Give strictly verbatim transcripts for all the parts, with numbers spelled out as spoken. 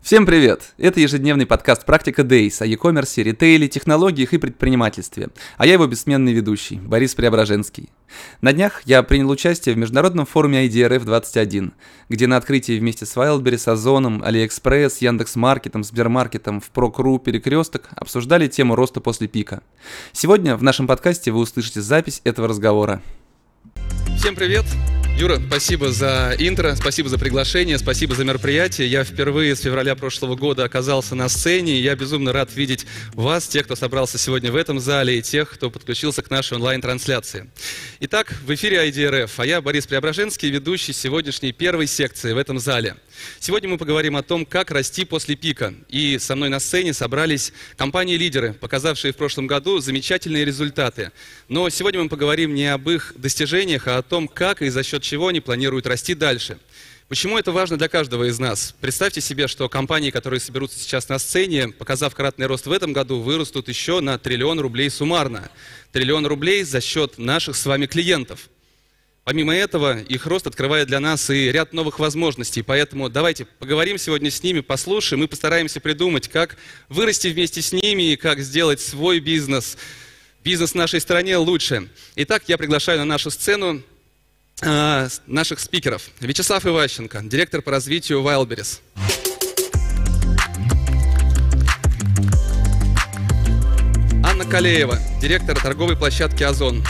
Всем привет! Это ежедневный подкаст «Практика Days» о e-commerce, ритейле, технологиях и предпринимательстве. А я его бессменный ведущий, Борис Преображенский. На днях я принял участие в международном форуме ай ди ар эф двадцать один, где на открытии вместе с Wildberries, Озоном, Алиэкспресс, Яндекс.Маркетом, Сбермаркетом, Впрок.ру, Перекресток обсуждали тему роста после пика. Сегодня в нашем подкасте вы услышите запись этого разговора. Всем привет! Юра, спасибо за интро, спасибо за приглашение, спасибо за мероприятие. Я впервые с февраля прошлого года оказался на сцене, и я безумно рад видеть вас, тех, кто собрался сегодня в этом зале, и тех, кто подключился к нашей онлайн-трансляции. Итак, в эфире ай ди ар эф, а я Борис Преображенский, ведущий сегодняшней первой секции в этом зале. Сегодня мы поговорим о том, как расти после пика. И со мной на сцене собрались компании-лидеры, показавшие в прошлом году замечательные результаты. Но сегодня мы поговорим не об их достижениях, а о том, как и за счет чего они планируют расти дальше. Почему это важно для каждого из нас? Представьте себе, что компании, которые соберутся сейчас на сцене, показав кратный рост в этом году, вырастут еще на триллион рублей суммарно. Триллион рублей за счет наших с вами клиентов. Помимо этого, их рост открывает для нас и ряд новых возможностей, поэтому давайте поговорим сегодня с ними, послушаем и постараемся придумать, как вырасти вместе с ними и как сделать свой бизнес, бизнес в нашей стране лучше. Итак, я приглашаю на нашу сцену э, наших спикеров. Вячеслав Иващенко, директор по развитию Wildberries. Анна Калеева, директор торговой площадки «Озон».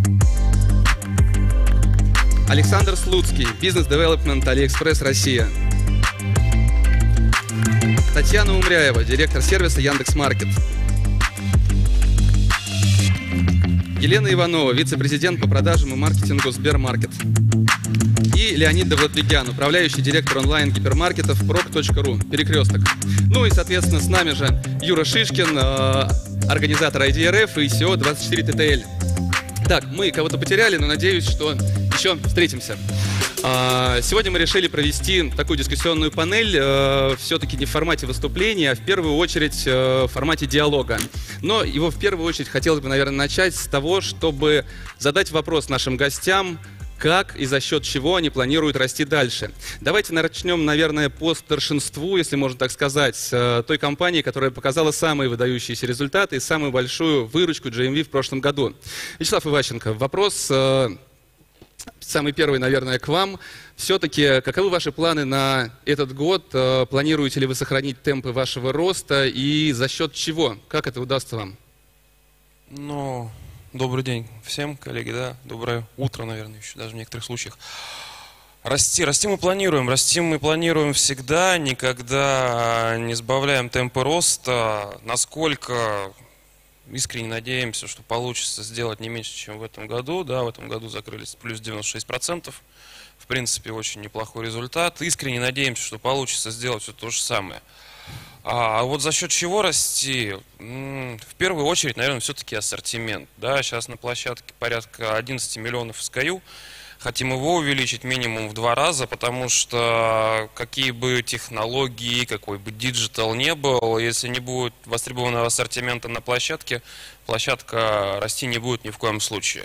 Александр Слуцкий, бизнес-девелопмент Алиэкспресс Россия. Татьяна Умряева, директор сервиса Яндекс.Маркет. Елена Иванова, вице-президент по продажам и маркетингу Сбермаркет. И Леонид Давлатбегян, управляющий директор онлайн-гипермаркетов прок точка ру, Перекресток. Ну и, соответственно, с нами же Юра Шишкин, организатор ай ди ар эф и си и о двадцать четыре тэ тэ эл. Так, мы кого-то потеряли, но надеюсь, что еще встретимся. Сегодня мы решили провести такую дискуссионную панель, все-таки не в формате выступления, а в первую очередь в формате диалога. Но его в первую очередь хотелось бы, наверное, начать с того, чтобы задать вопрос нашим гостям, как и за счет чего они планируют расти дальше. Давайте начнем, наверное, по старшинству, если можно так сказать, той компании, которая показала самые выдающиеся результаты и самую большую выручку джи эм ви в прошлом году. Вячеслав Иващенко, вопрос самый первый, наверное, к вам. Все-таки, каковы ваши планы на этот год? Планируете ли вы сохранить темпы вашего роста и за счет чего? Как это удастся вам? Ну... Добрый день всем, коллеги, да, доброе утро, наверное, еще даже в некоторых случаях. Расти, расти мы планируем, расти мы планируем всегда, никогда не сбавляем темпы роста, насколько искренне надеемся, что получится сделать не меньше, чем в этом году, да, в этом году закрылись плюс девяносто шесть процентов, в принципе, очень неплохой результат, искренне надеемся, что получится сделать все то же самое. А вот за счет чего расти? В первую очередь, наверное, все-таки ассортимент. Да, сейчас на площадке порядка одиннадцать миллионов эс кей ю. Хотим его увеличить минимум в два раза, потому что какие бы технологии, какой бы диджитал не был, если не будет востребованного ассортимента на площадке, площадка расти не будет ни в коем случае.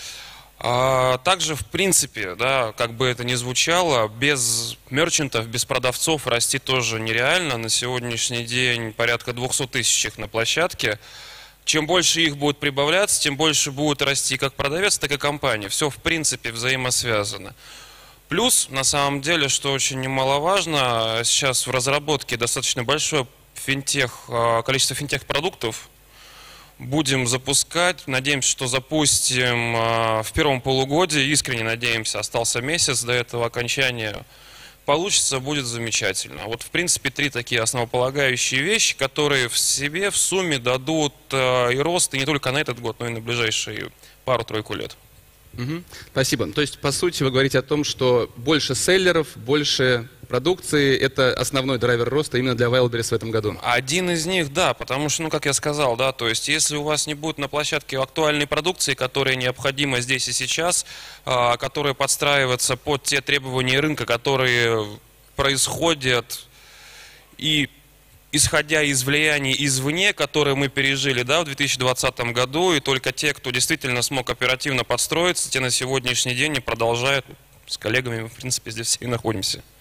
А также, в принципе, да, как бы это ни звучало, без мерчантов, без продавцов расти тоже нереально. На сегодняшний день порядка двести тысяч их на площадке. Чем больше их будет прибавляться, тем больше будет расти как продавец, так и компания. Все, в принципе, взаимосвязано. Плюс, на самом деле, что очень немаловажно, сейчас в разработке достаточно большое финтех, количество финтех-продуктов. Будем запускать, надеемся, что запустим в первом полугодии, искренне надеемся, остался месяц до этого окончания, получится, будет замечательно. Вот, в принципе, три такие основополагающие вещи, которые в себе в сумме дадут и рост, и не только на этот год, но и на ближайшие пару-тройку лет. Угу. Спасибо. То есть, по сути, вы говорите о том, что больше селлеров, больше продукции – это основной драйвер роста именно для Wildberries в этом году? Один из них, да, потому что, ну, как я сказал, да, то есть, если у вас не будет на площадке актуальной продукции, которая необходима здесь и сейчас, а, которая подстраивается под те требования рынка, которые происходят и исходя из влияний извне, которые мы пережили, да, в две тысячи двадцатом году, и только те, кто действительно смог оперативно подстроиться, те на сегодняшний день и продолжают с коллегами, мы, в принципе, здесь все и находимся.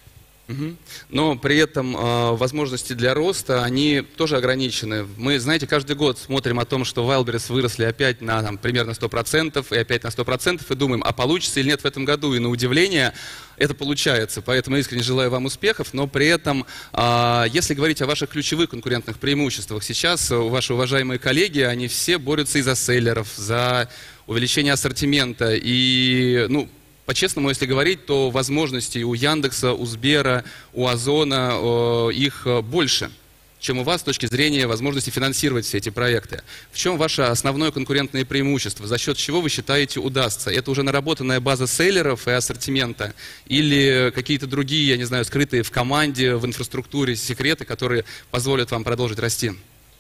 Угу. Но при этом э, возможности для роста, они тоже ограничены. Мы, знаете, каждый год смотрим о том, что Wildberries выросли опять на там, примерно сто процентов, и опять на сто процентов, и думаем, а получится или нет в этом году. И на удивление это получается. Поэтому я искренне желаю вам успехов. Но при этом, э, если говорить о ваших ключевых конкурентных преимуществах, сейчас ваши уважаемые коллеги, они все борются и за селлеров, за увеличение ассортимента. И, ну, по-честному, если говорить, то возможностей у Яндекса, у Сбера, у Озона э, их больше, чем у вас с точки зрения возможности финансировать все эти проекты. В чем ваше основное конкурентное преимущество? За счет чего вы считаете удастся? Это уже наработанная база селлеров и ассортимента? Или какие-то другие, я не знаю, скрытые в команде, в инфраструктуре секреты, которые позволят вам продолжить расти?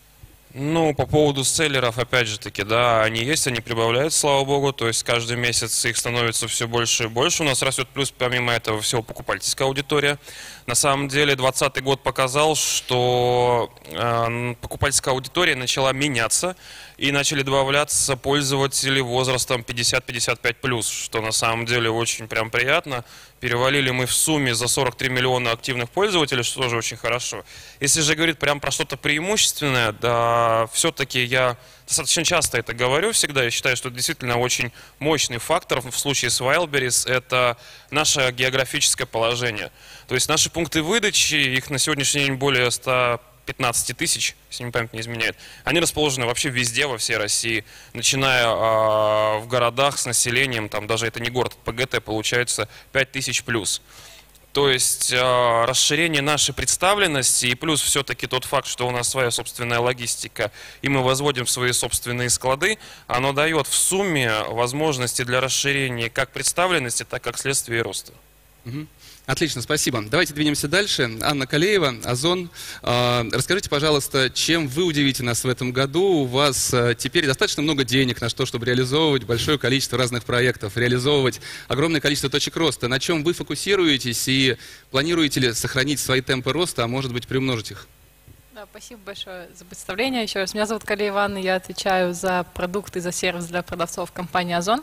Ну, по поводу селлеров, опять же таки, да, они есть, они прибавляются, слава богу, то есть каждый месяц их становится все больше и больше. У нас растет плюс, помимо этого всего, покупательская аудитория. На самом деле, двадцатый год показал, что э, покупательская аудитория начала меняться, и начали добавляться пользователи возрастом пятьдесят — пятьдесят пять плюс, что на самом деле очень прям приятно. Перевалили мы в сумме за сорок три миллиона активных пользователей, что тоже очень хорошо. Если же говорить прям про что-то преимущественное, да, все-таки я достаточно часто это говорю всегда. Я считаю, что это действительно очень мощный фактор в случае с Wildberries – это наше географическое положение. То есть наши пункты выдачи, их на сегодняшний день более ста пятнадцати тысяч, если мне память не изменяет, они расположены вообще везде, во всей России, начиная э, в городах с населением, там даже это не город, это ПГТ, получается пять тысяч плюс. То есть э, расширение нашей представленности и плюс все-таки тот факт, что у нас своя собственная логистика и мы возводим свои собственные склады, оно дает в сумме возможности для расширения как представленности, так как следствия роста. Угу. Отлично, спасибо. Давайте двинемся дальше. Анна Калеева, Озон. Расскажите, пожалуйста, чем вы удивите нас в этом году? У вас теперь достаточно много денег на то, чтобы реализовывать большое количество разных проектов, реализовывать огромное количество точек роста. На чем вы фокусируетесь и планируете ли сохранить свои темпы роста, а может быть приумножить их? Да, спасибо большое за представление. Еще раз, меня зовут Калеева Анна, я отвечаю за продукты, за сервис для продавцов компании Озон.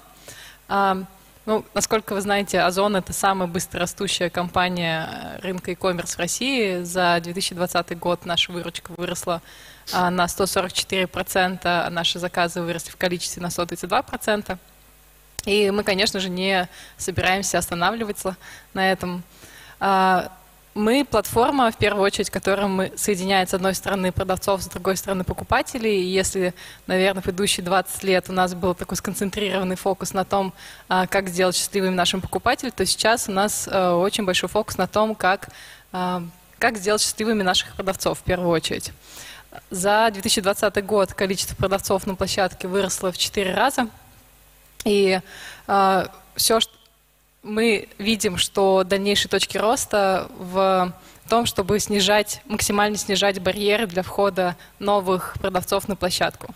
Ну, насколько вы знаете, Озон – это самая быстрорастущая компания рынка e-commerce в России. За две тысячи двадцатый год наша выручка выросла а, на сто сорок четыре процента, а наши заказы выросли в количестве на сто тридцать два процента. И мы, конечно же, не собираемся останавливаться на этом. А, Мы платформа, в первую очередь, которая мы соединяет с одной стороны продавцов, с другой стороны покупателей. И если, наверное, предыдущие двадцать лет у нас был такой сконцентрированный фокус на том, как сделать счастливыми наших покупателей, то сейчас у нас очень большой фокус на том, как, как сделать счастливыми наших продавцов в первую очередь. За две тысячи двадцатый год количество продавцов на площадке выросло в четыре раза. И все, что мы видим, что дальнейшие точки роста в том, чтобы снижать, максимально снижать барьеры для входа новых продавцов на площадку.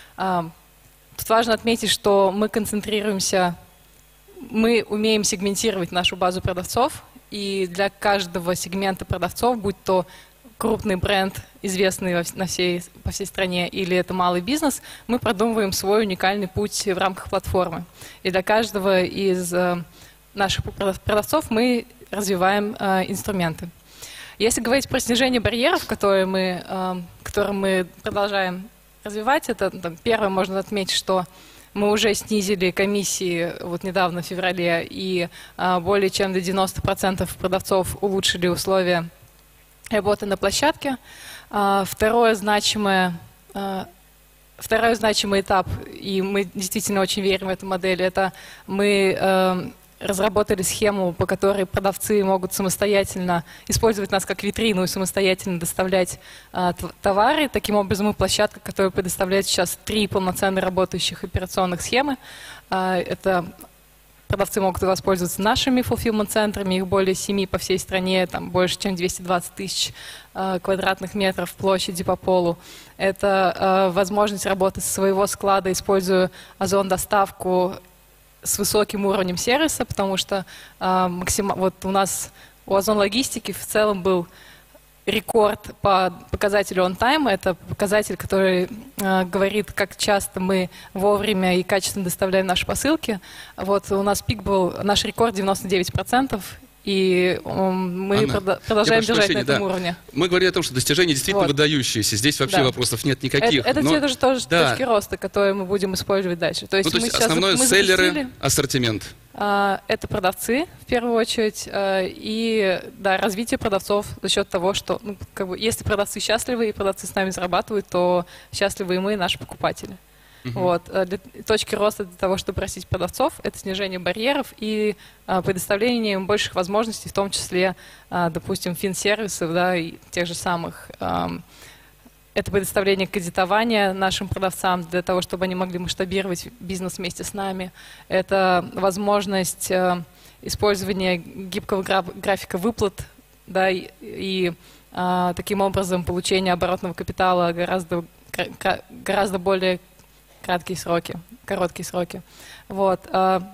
Тут важно отметить, что мы концентрируемся, мы умеем сегментировать нашу базу продавцов, и для каждого сегмента продавцов, будь то крупный бренд, известный на всей, по всей стране, или это малый бизнес, мы продумываем свой уникальный путь в рамках платформы. И для каждого из наших продавцов мы развиваем э, инструменты. Если говорить про снижение барьеров, которые мы, э, которые мы продолжаем развивать, это там, первое, можно отметить, что мы уже снизили комиссии вот недавно в феврале, и э, более чем до девяноста процентов продавцов улучшили условия работы на площадке. Э, второе значимое, э, второй значимый этап, и мы действительно очень верим в эту модель, это мы э, разработали схему, по которой продавцы могут самостоятельно использовать нас как витрину и самостоятельно доставлять а, товары. Таким образом, мы площадка, которая предоставляет сейчас три полноценно работающих операционных схемы. А, это продавцы могут воспользоваться нашими fulfillment-центрами, их более семи по всей стране, там больше, чем двести двадцать тысяч а, квадратных метров площади по полу. Это а, возможность работы со своего склада, используя Озон-доставку с высоким уровнем сервиса, потому что э, максим... вот у нас у Озон Логистики в целом был рекорд по показателю on time. Это показатель, который э, говорит, как часто мы вовремя и качественно доставляем наши посылки. Вот у нас пик был, наш рекорд девяносто девять процентов, И мы Анна, прода- продолжаем держать на этом да. уровне. Мы говорили о том, что достижения действительно Вот. выдающиеся. Здесь вообще Да. вопросов нет никаких. Это, это но... те тоже, тоже да. точки роста, которые мы будем использовать дальше. То есть, Ну, то мы есть сейчас основное мы селлеры, запустили, ассортимент. а, это продавцы, в первую очередь, а, и да, развитие продавцов за счет того, что ну, как бы, если продавцы счастливы и продавцы с нами зарабатывают, то счастливы и мы, и наши покупатели. Мгм. Вот. а Для, точки роста для того, чтобы растить продавцов, это снижение барьеров и а, предоставление им больших возможностей, в том числе, а, допустим, финсервисов, да, и тех же самых. ам, Это предоставление кредитования нашим продавцам для того, чтобы они могли масштабировать бизнес вместе с нами. Это возможность э, использования гибкого гра- графика выплат, да, и, и, а, таким образом получение оборотного капитала гораздо, кра- кра- гораздо более краткие сроки, короткие сроки. Вот. а,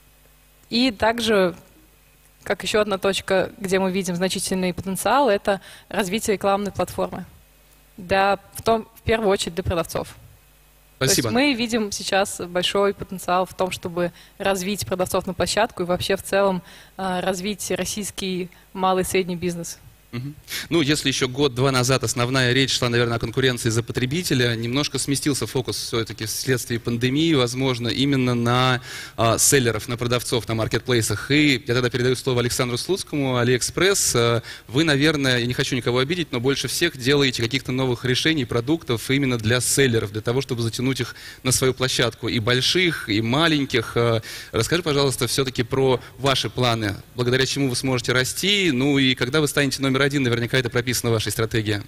И также, как еще одна точка, где мы видим значительный потенциал, это развитие рекламной платформы. Для, в, том, в первую очередь для продавцов. Спасибо. То есть мы видим сейчас большой потенциал в том, чтобы развить продавцов на площадку и вообще в целом а, развить российский малый и средний бизнес. Мгм. Ну, если еще год-два назад основная речь шла, наверное, о конкуренции за потребителя, немножко сместился фокус все-таки вследствие пандемии, возможно, именно на а, селлеров, на продавцов, на маркетплейсах. И я тогда передаю слово Александру Слуцкому, Алиэкспресс. А, Вы, наверное, я не хочу никого обидеть, но больше всех делаете каких-то новых решений, продуктов именно для селлеров, для того, чтобы затянуть их на свою площадку. И больших, и маленьких. А, Расскажи, пожалуйста, все-таки про ваши планы, благодаря чему вы сможете расти, ну и когда вы станете номер один, наверняка это прописано в вашей стратегии.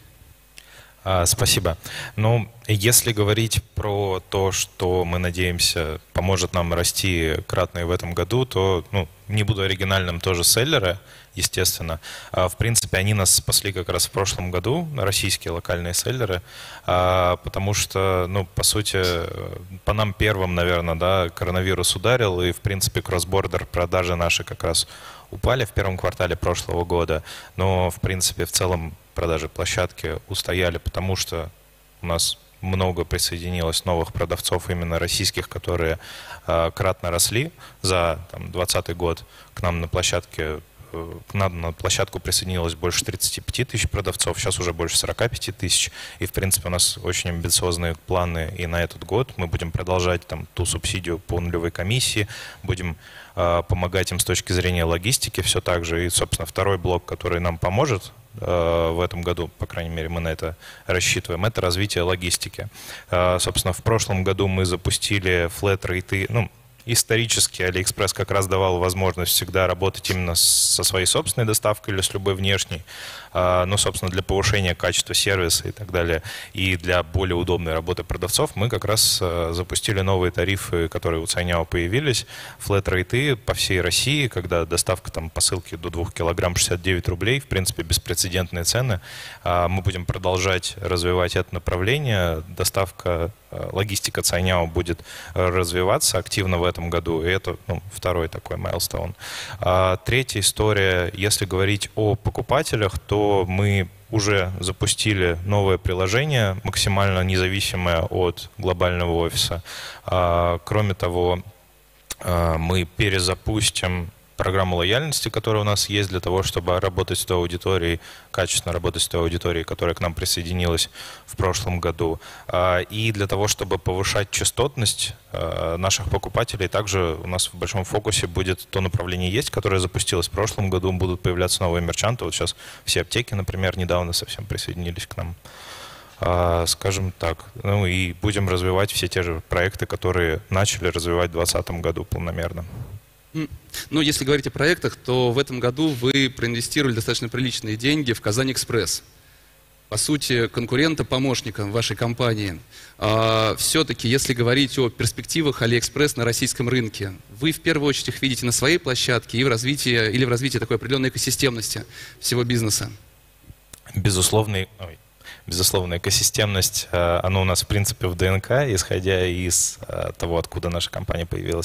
А, Спасибо. Ну, если говорить про то, что мы надеемся поможет нам расти кратно и в этом году, то, ну, не буду оригинальным, тоже селлеры, естественно. А, В принципе, они нас спасли как раз в прошлом году, российские локальные селлеры, а, потому что, ну, по сути, по нам первым, наверное, да, коронавирус ударил, и, в принципе, кросс-бордер продажи наши как раз упали в первом квартале прошлого года, но, в принципе, в целом продажи площадки устояли, потому что у нас много присоединилось новых продавцов, именно российских, которые э, кратно росли за там, двадцатый год. К нам на площадке э, к нам на площадку присоединилось больше тридцати пяти тысяч продавцов, сейчас уже больше сорока пяти тысяч. И, в принципе, у нас очень амбициозные планы и на этот год. Мы будем продолжать там, ту субсидию по нулевой комиссии, будем э, помогать им с точки зрения логистики все так же. И, собственно, второй блок, который нам поможет в этом году, по крайней мере, мы на это рассчитываем, это развитие логистики. Собственно, в прошлом году мы запустили флэт-рейты, ну, исторически Алиэкспресс как раз давал возможность всегда работать именно со своей собственной доставкой или с любой внешней, ну, собственно, для повышения качества сервиса и так далее, и для более удобной работы продавцов мы как раз запустили новые тарифы, которые у Цайняо появились, флэт-рейты по всей России, когда доставка там посылки до двух килограмм шестьдесят девять рублей, в принципе, беспрецедентные цены. Мы будем продолжать развивать это направление, доставка, логистика Цайняо будет развиваться активно в этом году, и это, ну, второй такой майлстоун. А третья история, если говорить о покупателях, то мы уже запустили новое приложение, максимально независимое от глобального офиса. А, кроме того, а, мы перезапустим программу лояльности, которая у нас есть для того, чтобы работать с той аудиторией, качественно работать с той аудиторией, которая к нам присоединилась в прошлом году. И для того, чтобы повышать частотность наших покупателей, также у нас в большом фокусе будет то направление есть, которое запустилось в прошлом году, будут появляться новые мерчанты. Вот сейчас все аптеки, например, недавно совсем присоединились к нам. Скажем так. Ну и будем развивать все те же проекты, которые начали развивать в двадцатом году полномерно. Ну, если говорить о проектах, то в этом году вы проинвестировали достаточно приличные деньги в Казань Экспресс. По сути, конкурента-помощника вашей компании. А, все-таки, если говорить о перспективах Алиэкспресс на российском рынке, вы в первую очередь их видите на своей площадке и в развитии, или в развитии такой определенной экосистемности всего бизнеса? Безусловный... Ой. Безусловно, экосистемность, она у нас, в принципе, в ДНК, исходя из того, откуда наша компания появилась.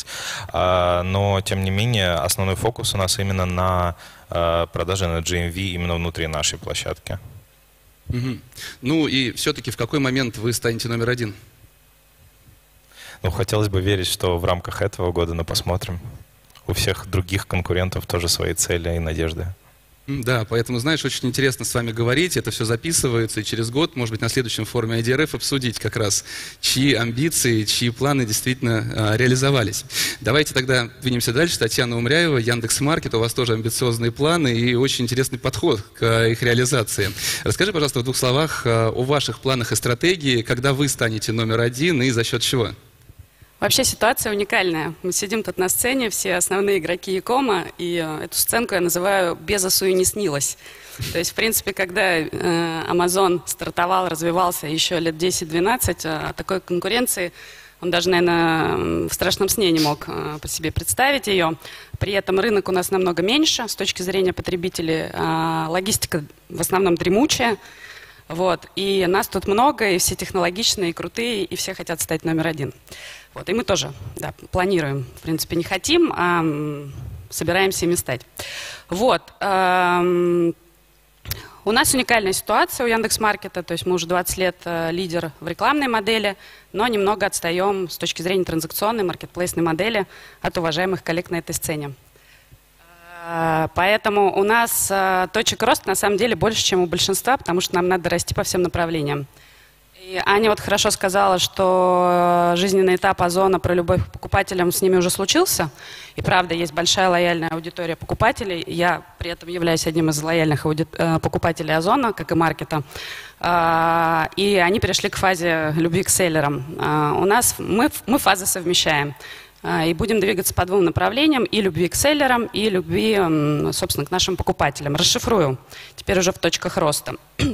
Но, тем не менее, основной фокус у нас именно на продаже, на джи эм ви именно внутри нашей площадки. Угу. Ну и все-таки в какой момент вы станете номер один? Ну, хотелось бы верить, что в рамках этого года, но посмотрим. у всех других конкурентов тоже свои цели и надежды. Да, поэтому, знаешь, очень интересно с вами говорить, это все записывается, и через год, может быть, на следующем форуме ай ди ар эф обсудить как раз, чьи амбиции, чьи планы действительно а, реализовались. Давайте тогда двинемся дальше. Татьяна Умряева, Яндекс.Маркет, у вас тоже амбициозные планы и очень интересный подход к их реализации. Расскажи, пожалуйста, в двух словах а, о ваших планах и стратегии, когда вы станете номер один и за счет чего? Вообще ситуация уникальная. Мы сидим тут на сцене, все основные игроки Якома, и э, эту сценку я называю «Безосу и не снилось». То есть, в принципе, когда э, Amazon стартовал, развивался еще лет десять-двенадцать, э, такой конкуренции он даже, наверное, в страшном сне не мог э, по себе представить ее. При этом рынок у нас намного меньше с точки зрения потребителей, э, логистика в основном дремучая. Вот. И нас тут много, и все технологичные, и крутые, и все хотят стать номер один. Вот. И мы тоже, да, планируем. В принципе, не хотим, а собираемся ими стать. Вот. У нас уникальная ситуация у Яндекс.Маркета, то есть мы уже двадцать лет лидер в рекламной модели, но немного отстаем с точки зрения транзакционной, маркетплейсной модели от уважаемых коллег на этой сцене. Поэтому у нас точек роста на самом деле больше, чем у большинства, потому что нам надо расти по всем направлениям. И Аня вот хорошо сказала, что жизненный этап Озона про любовь к покупателям с ними уже случился. И правда, есть большая лояльная аудитория покупателей. Я при этом являюсь одним из лояльных покупателей Озона, как и маркета. И они перешли к фазе любви к селлерам. У нас мы, мы фазы совмещаем. И будем двигаться по двум направлениям, и любви к селлерам, и любви, собственно, к нашим покупателям. Расшифрую, теперь уже в точках роста.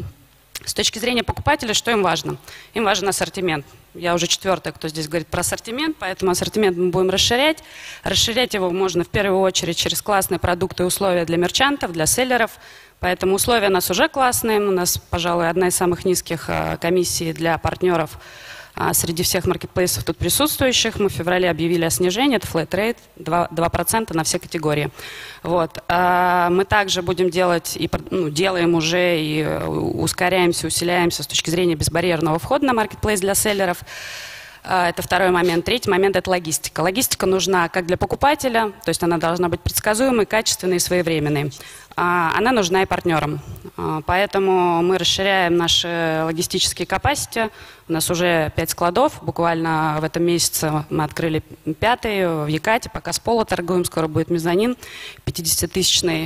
С точки зрения покупателя, что им важно? Им важен ассортимент. Я уже четвертая, кто здесь говорит про ассортимент, поэтому ассортимент мы будем расширять. Расширять его можно в первую очередь через классные продукты и условия для мерчантов, для селлеров. Поэтому условия у нас уже классные. У нас, пожалуй, одна из самых низких комиссий для партнеров среди всех маркетплейсов тут присутствующих. Мы в феврале объявили о снижении, это flat rate, два процента на все категории. Вот. Мы также будем делать, и ну, делаем уже, и ускоряемся, усиляемся с точки зрения безбарьерного входа на маркетплейс для селлеров. Это второй момент. Третий момент – это логистика. Логистика нужна как для покупателя, то есть она должна быть предсказуемой, качественной и своевременной. Она нужна и партнерам. Поэтому мы расширяем наши логистические capacity. У нас уже пять складов. Буквально в этом месяце мы открыли пятый в Екате. Пока с пола торгуем, скоро будет мезонин пятидесятитысячный.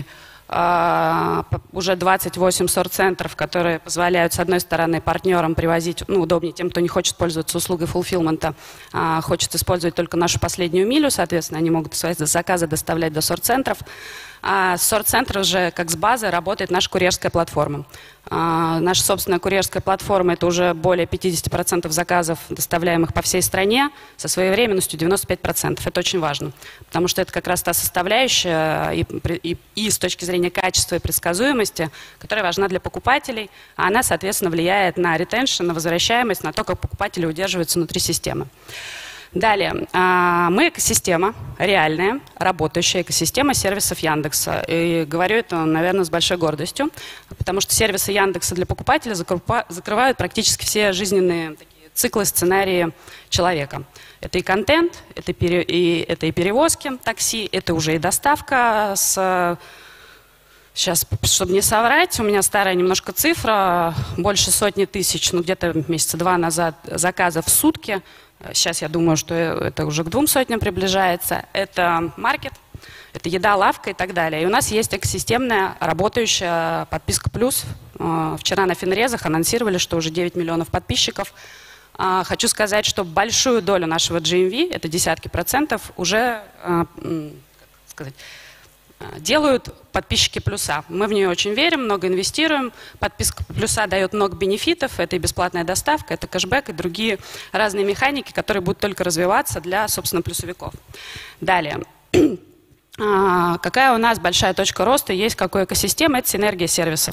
Uh, уже двадцать восемь сорт-центров, которые позволяют, с одной стороны, партнерам привозить, ну, удобнее тем, кто не хочет пользоваться услугой фулфилмента, uh, хочет использовать только нашу последнюю милю, соответственно, они могут свои заказы доставлять до сорт-центров. А с сорт-центров же, как с базы, работает наша курьерская платформа. А, наша собственная курьерская платформа – это уже более пятьдесят процентов заказов, доставляемых по всей стране, со своевременностью девяносто пять процентов. Это очень важно, потому что это как раз та составляющая и, и, и с точки зрения качества и предсказуемости, которая важна для покупателей, а она, соответственно, влияет на ретеншн, на возвращаемость, на то, как покупатели удерживаются внутри системы. Далее, мы экосистема, реальная, работающая экосистема сервисов Яндекса. И говорю это, наверное, с большой гордостью, потому что сервисы Яндекса для покупателя закрывают практически все жизненные такие циклы, сценарии человека. Это и контент, это и, это и перевозки такси, это уже и доставка с... Сейчас, чтобы не соврать, у меня старая немножко цифра, больше сотни тысяч, ну где-то месяца два назад заказов в сутки. Сейчас я думаю, что это уже к двум сотням приближается. Это маркет, это еда, лавка и так далее. И у нас есть экосистемная, работающая подписка плюс. Вчера на Финрезах анонсировали, что уже девять миллионов подписчиков. Хочу сказать, что большую долю нашего джи эм ви, это десятки процентов, уже, как сказать, делают подписчики плюса. Мы в нее очень верим, много инвестируем. Подписка плюса дает много бенефитов. Это и бесплатная доставка, это кэшбэк и другие разные механики, которые будут только развиваться для, собственно, плюсовиков. Далее. Какая у нас большая точка роста есть, какой экосистема? Это синергия сервисов.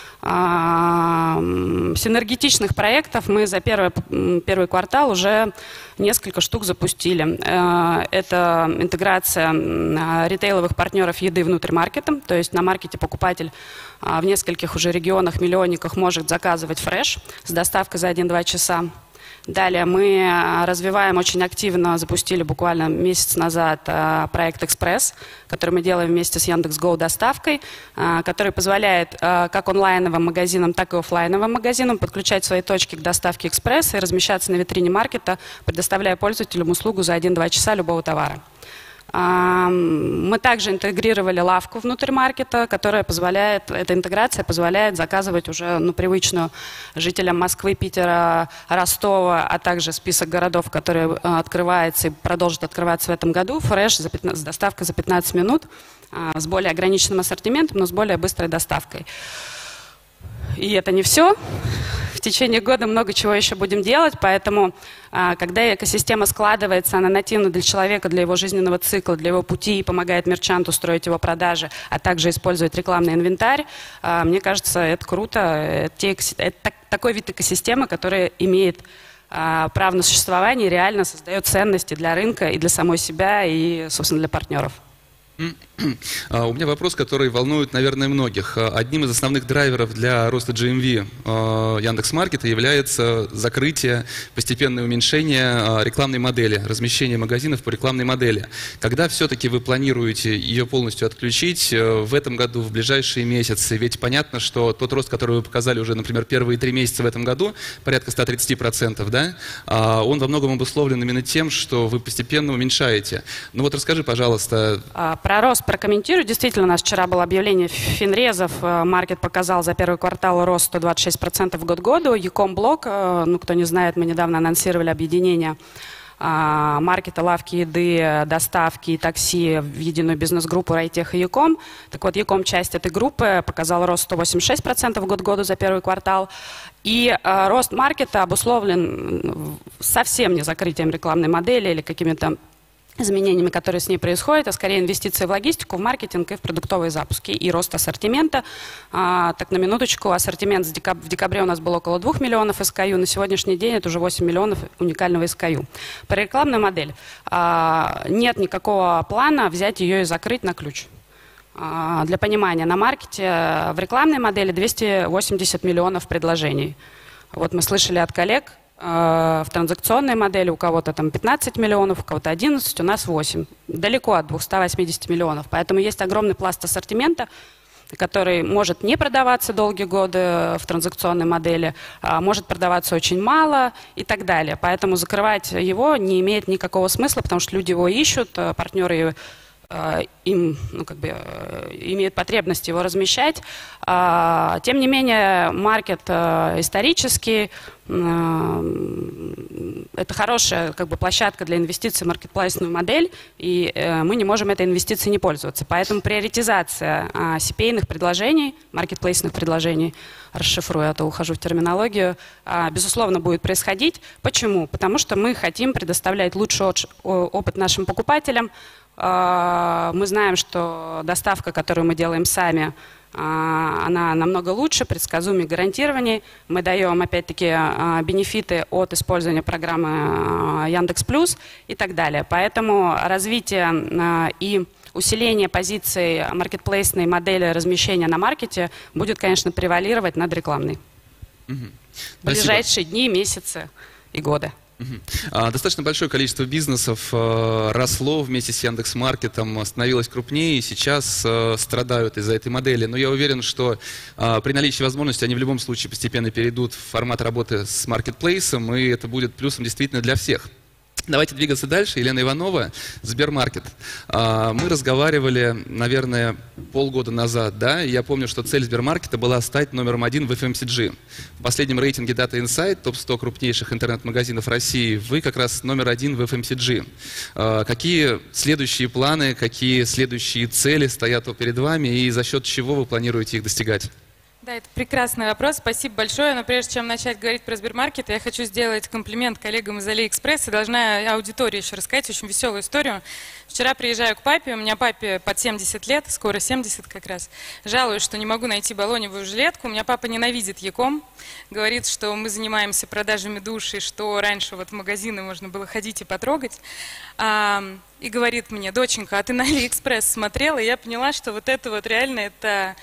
Синергетичных проектов мы за первый, первый квартал уже несколько штук запустили. Это интеграция ритейловых партнеров еды внутрь маркета, то есть на маркете покупатель в нескольких уже регионах, миллионниках может заказывать фреш с доставкой за один-два часа. Далее мы развиваем очень активно, запустили буквально месяц назад проект «Экспресс», который мы делаем вместе с Яндекс.Гоу доставкой, который позволяет как онлайновым магазинам, так и офлайновым магазинам подключать свои точки к доставке «Экспресса» и размещаться на витрине маркета, предоставляя пользователям услугу за один-два часа любого товара. Мы также интегрировали лавку внутрь маркета, которая позволяет, эта интеграция позволяет заказывать уже ну, привычную жителям Москвы, Питера, Ростова, а также список городов, которые открывается и продолжит открываться в этом году. Фреш за пятнадцать, с доставкой за пятнадцать минут, с более ограниченным ассортиментом, но с более быстрой доставкой. И это не все. В течение года много чего еще будем делать, поэтому, когда экосистема складывается, она нативна для человека, для его жизненного цикла, для его пути и помогает мерчанту строить его продажи, а также использовать рекламный инвентарь, мне кажется, это круто. Это такой вид экосистемы, который имеет право на существование и реально создает ценности для рынка и для самой себя, и, собственно, для партнеров. У меня вопрос, который волнует, наверное, многих. Одним из основных драйверов для роста джи эм ви Яндекс.Маркета является закрытие, постепенное уменьшение рекламной модели, размещение магазинов по рекламной модели. Когда все-таки вы планируете ее полностью отключить в этом году, в ближайшие месяцы? Ведь понятно, что тот рост, который вы показали уже, например, первые три месяца в этом году, порядка ста тридцати процентов, да, он во многом обусловлен именно тем, что вы постепенно уменьшаете. Ну вот расскажи, пожалуйста. Про рост прокомментирую. Действительно, у нас вчера было объявление финрезов. Маркет показал за первый квартал рост сто двадцать шесть процентов год к году. Яком Блок, ну кто не знает, мы недавно анонсировали объединение маркета, лавки еды, доставки и такси в единую бизнес-группу Райтех и Яком. Так вот, Яком, часть этой группы, показал рост сто восемьдесят шесть процентов год к году за первый квартал. И э, рост маркета обусловлен совсем не закрытием рекламной модели или какими-то изменениями, которые с ней происходят, а скорее инвестиции в логистику, в маркетинг и в продуктовые запуски и рост ассортимента. А, так, на минуточку, ассортимент в декабре, в декабре у нас был около двух миллионов эс кей ю, на сегодняшний день это уже восемь миллионов уникального эс кей ю. По рекламной модели а, нет никакого плана взять ее и закрыть на ключ. А, для понимания, на маркете в рекламной модели двести восемьдесят миллионов предложений. Вот мы слышали от коллег, в транзакционной модели у кого-то там пятнадцать миллионов, у кого-то одиннадцать, у нас восемь. Далеко от двухсот восьмидесяти миллионов. Поэтому есть огромный пласт ассортимента, который может не продаваться долгие годы в транзакционной модели, может продаваться очень мало и так далее. Поэтому закрывать его не имеет никакого смысла, потому что люди его ищут, партнеры им, ну, как бы, имеют потребность его размещать. Тем не менее, маркет исторический, это хорошая как бы, площадка для инвестиций в маркетплейсную модель, и мы не можем этой инвестицией не пользоваться. Поэтому приоритизация си пи эй-ных предложений, маркетплейсных предложений, расшифрую, а то ухожу в терминологию, безусловно, будет происходить. Почему? Потому что мы хотим предоставлять лучший опыт нашим покупателям. Мы знаем, что доставка, которую мы делаем сами, она намного лучше, предсказуемее, гарантированнее. Мы даем, опять-таки, бенефиты от использования программы Яндекс.Плюс и так далее. Поэтому развитие и усиление позиций маркетплейсной модели размещения на маркете будет, конечно, превалировать над рекламной. Угу. В ближайшие дни, месяцы и годы. Uh-huh. Достаточно большое количество бизнесов э, росло вместе с Яндекс.Маркетом, становилось крупнее и сейчас э, страдают из-за этой модели. Но я уверен, что э, при наличии возможности они в любом случае постепенно перейдут в формат работы с маркетплейсом, и это будет плюсом действительно для всех. Давайте двигаться дальше. Елена Иванова, Сбермаркет. Мы разговаривали, наверное, полгода назад, да, и я помню, что цель Сбермаркета была стать номером один в эф эм си джи. В последнем рейтинге Data Insight, топ сто крупнейших интернет-магазинов России, вы как раз номер один в эф эм си джи. Какие следующие планы, какие следующие цели стоят перед вами и за счет чего вы планируете их достигать? Да, это прекрасный вопрос, спасибо большое. Но прежде чем начать говорить про Сбермаркет, я хочу сделать комплимент коллегам из Алиэкспресс и должна аудитории еще рассказать очень веселую историю. Вчера приезжаю к папе, у меня папе под семьдесят лет, скоро семьдесят как раз. Жалуюсь, что не могу найти баллоневую жилетку. У меня папа ненавидит Яком, говорит, что мы занимаемся продажами душ, и что раньше вот в магазины можно было ходить и потрогать. А, и говорит мне: доченька, а ты на Алиэкспресс смотрела? И я поняла, что вот это вот реально это...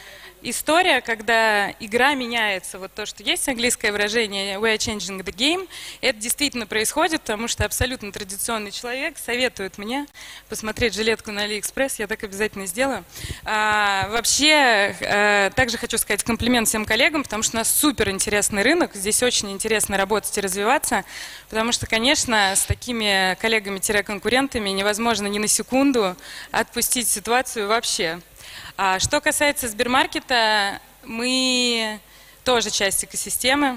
история, когда игра меняется. Вот то, что есть английское выражение «we are changing the game», это действительно происходит, потому что абсолютно традиционный человек советует мне посмотреть жилетку на AliExpress, я так обязательно сделаю. А, вообще, а, также хочу сказать комплимент всем коллегам, потому что у нас супер интересный рынок, здесь очень интересно работать и развиваться, потому что, конечно, с такими коллегами-конкурентами невозможно ни на секунду отпустить ситуацию вообще. А что касается Сбермаркета, мы тоже часть экосистемы,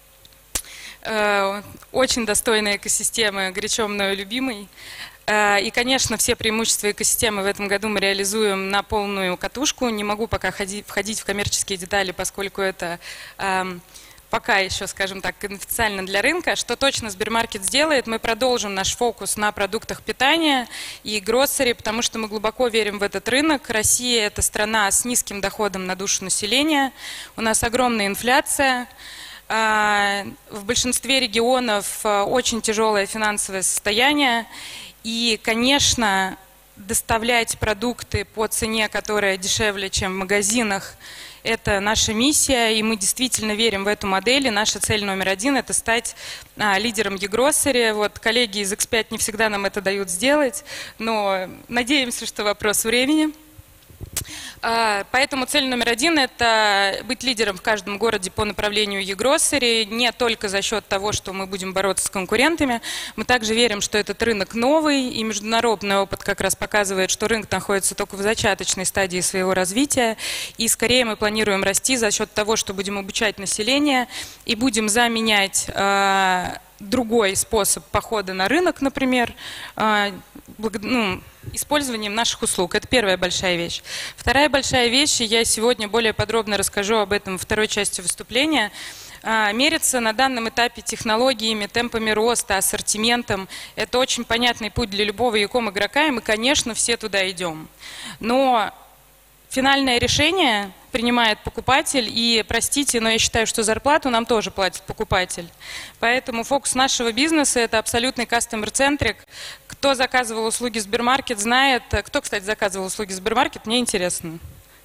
э, очень достойной экосистемы, горячо мною любимой. Э, и, конечно, все преимущества экосистемы в этом году мы реализуем на полную катушку. Не могу пока ходить, входить в коммерческие детали, поскольку это... Э, пока еще, скажем так, конфиденциально для рынка. Что точно Сбермаркет сделает? Мы продолжим наш фокус на продуктах питания и гроссери, потому что мы глубоко верим в этот рынок. Россия – это страна с низким доходом на душу населения. У нас огромная инфляция. В большинстве регионов очень тяжелое финансовое состояние. И, конечно, доставлять продукты по цене, которая дешевле, чем в магазинах, это наша миссия, и мы действительно верим в эту модель. И наша цель номер один – это стать а, лидером e-grocery. Вот коллеги из икс пять не всегда нам это дают сделать, но надеемся, что вопрос времени. Поэтому цель номер один – это быть лидером в каждом городе по направлению e-grocery, не только за счет того, что мы будем бороться с конкурентами. Мы также верим, что этот рынок новый, и международный опыт как раз показывает, что рынок находится только в зачаточной стадии своего развития. И скорее мы планируем расти за счет того, что будем обучать население и будем заменять э, другой способ похода на рынок, например, э, благ, ну, использованием наших услуг. Это первая большая вещь. Вторая большая вещь, и я сегодня более подробно расскажу об этом во второй части выступления, мериться на данном этапе технологиями, темпами роста, ассортиментом. Это очень понятный путь для любого e-com игрока, и мы, конечно, все туда идем. Но финальное решение принимает покупатель, и, простите, но я считаю, что зарплату нам тоже платит покупатель. Поэтому фокус нашего бизнеса – это абсолютный customer-centric. Кто заказывал услуги Сбермаркет, знает. Кто, кстати, заказывал услуги Сбермаркет, мне интересно.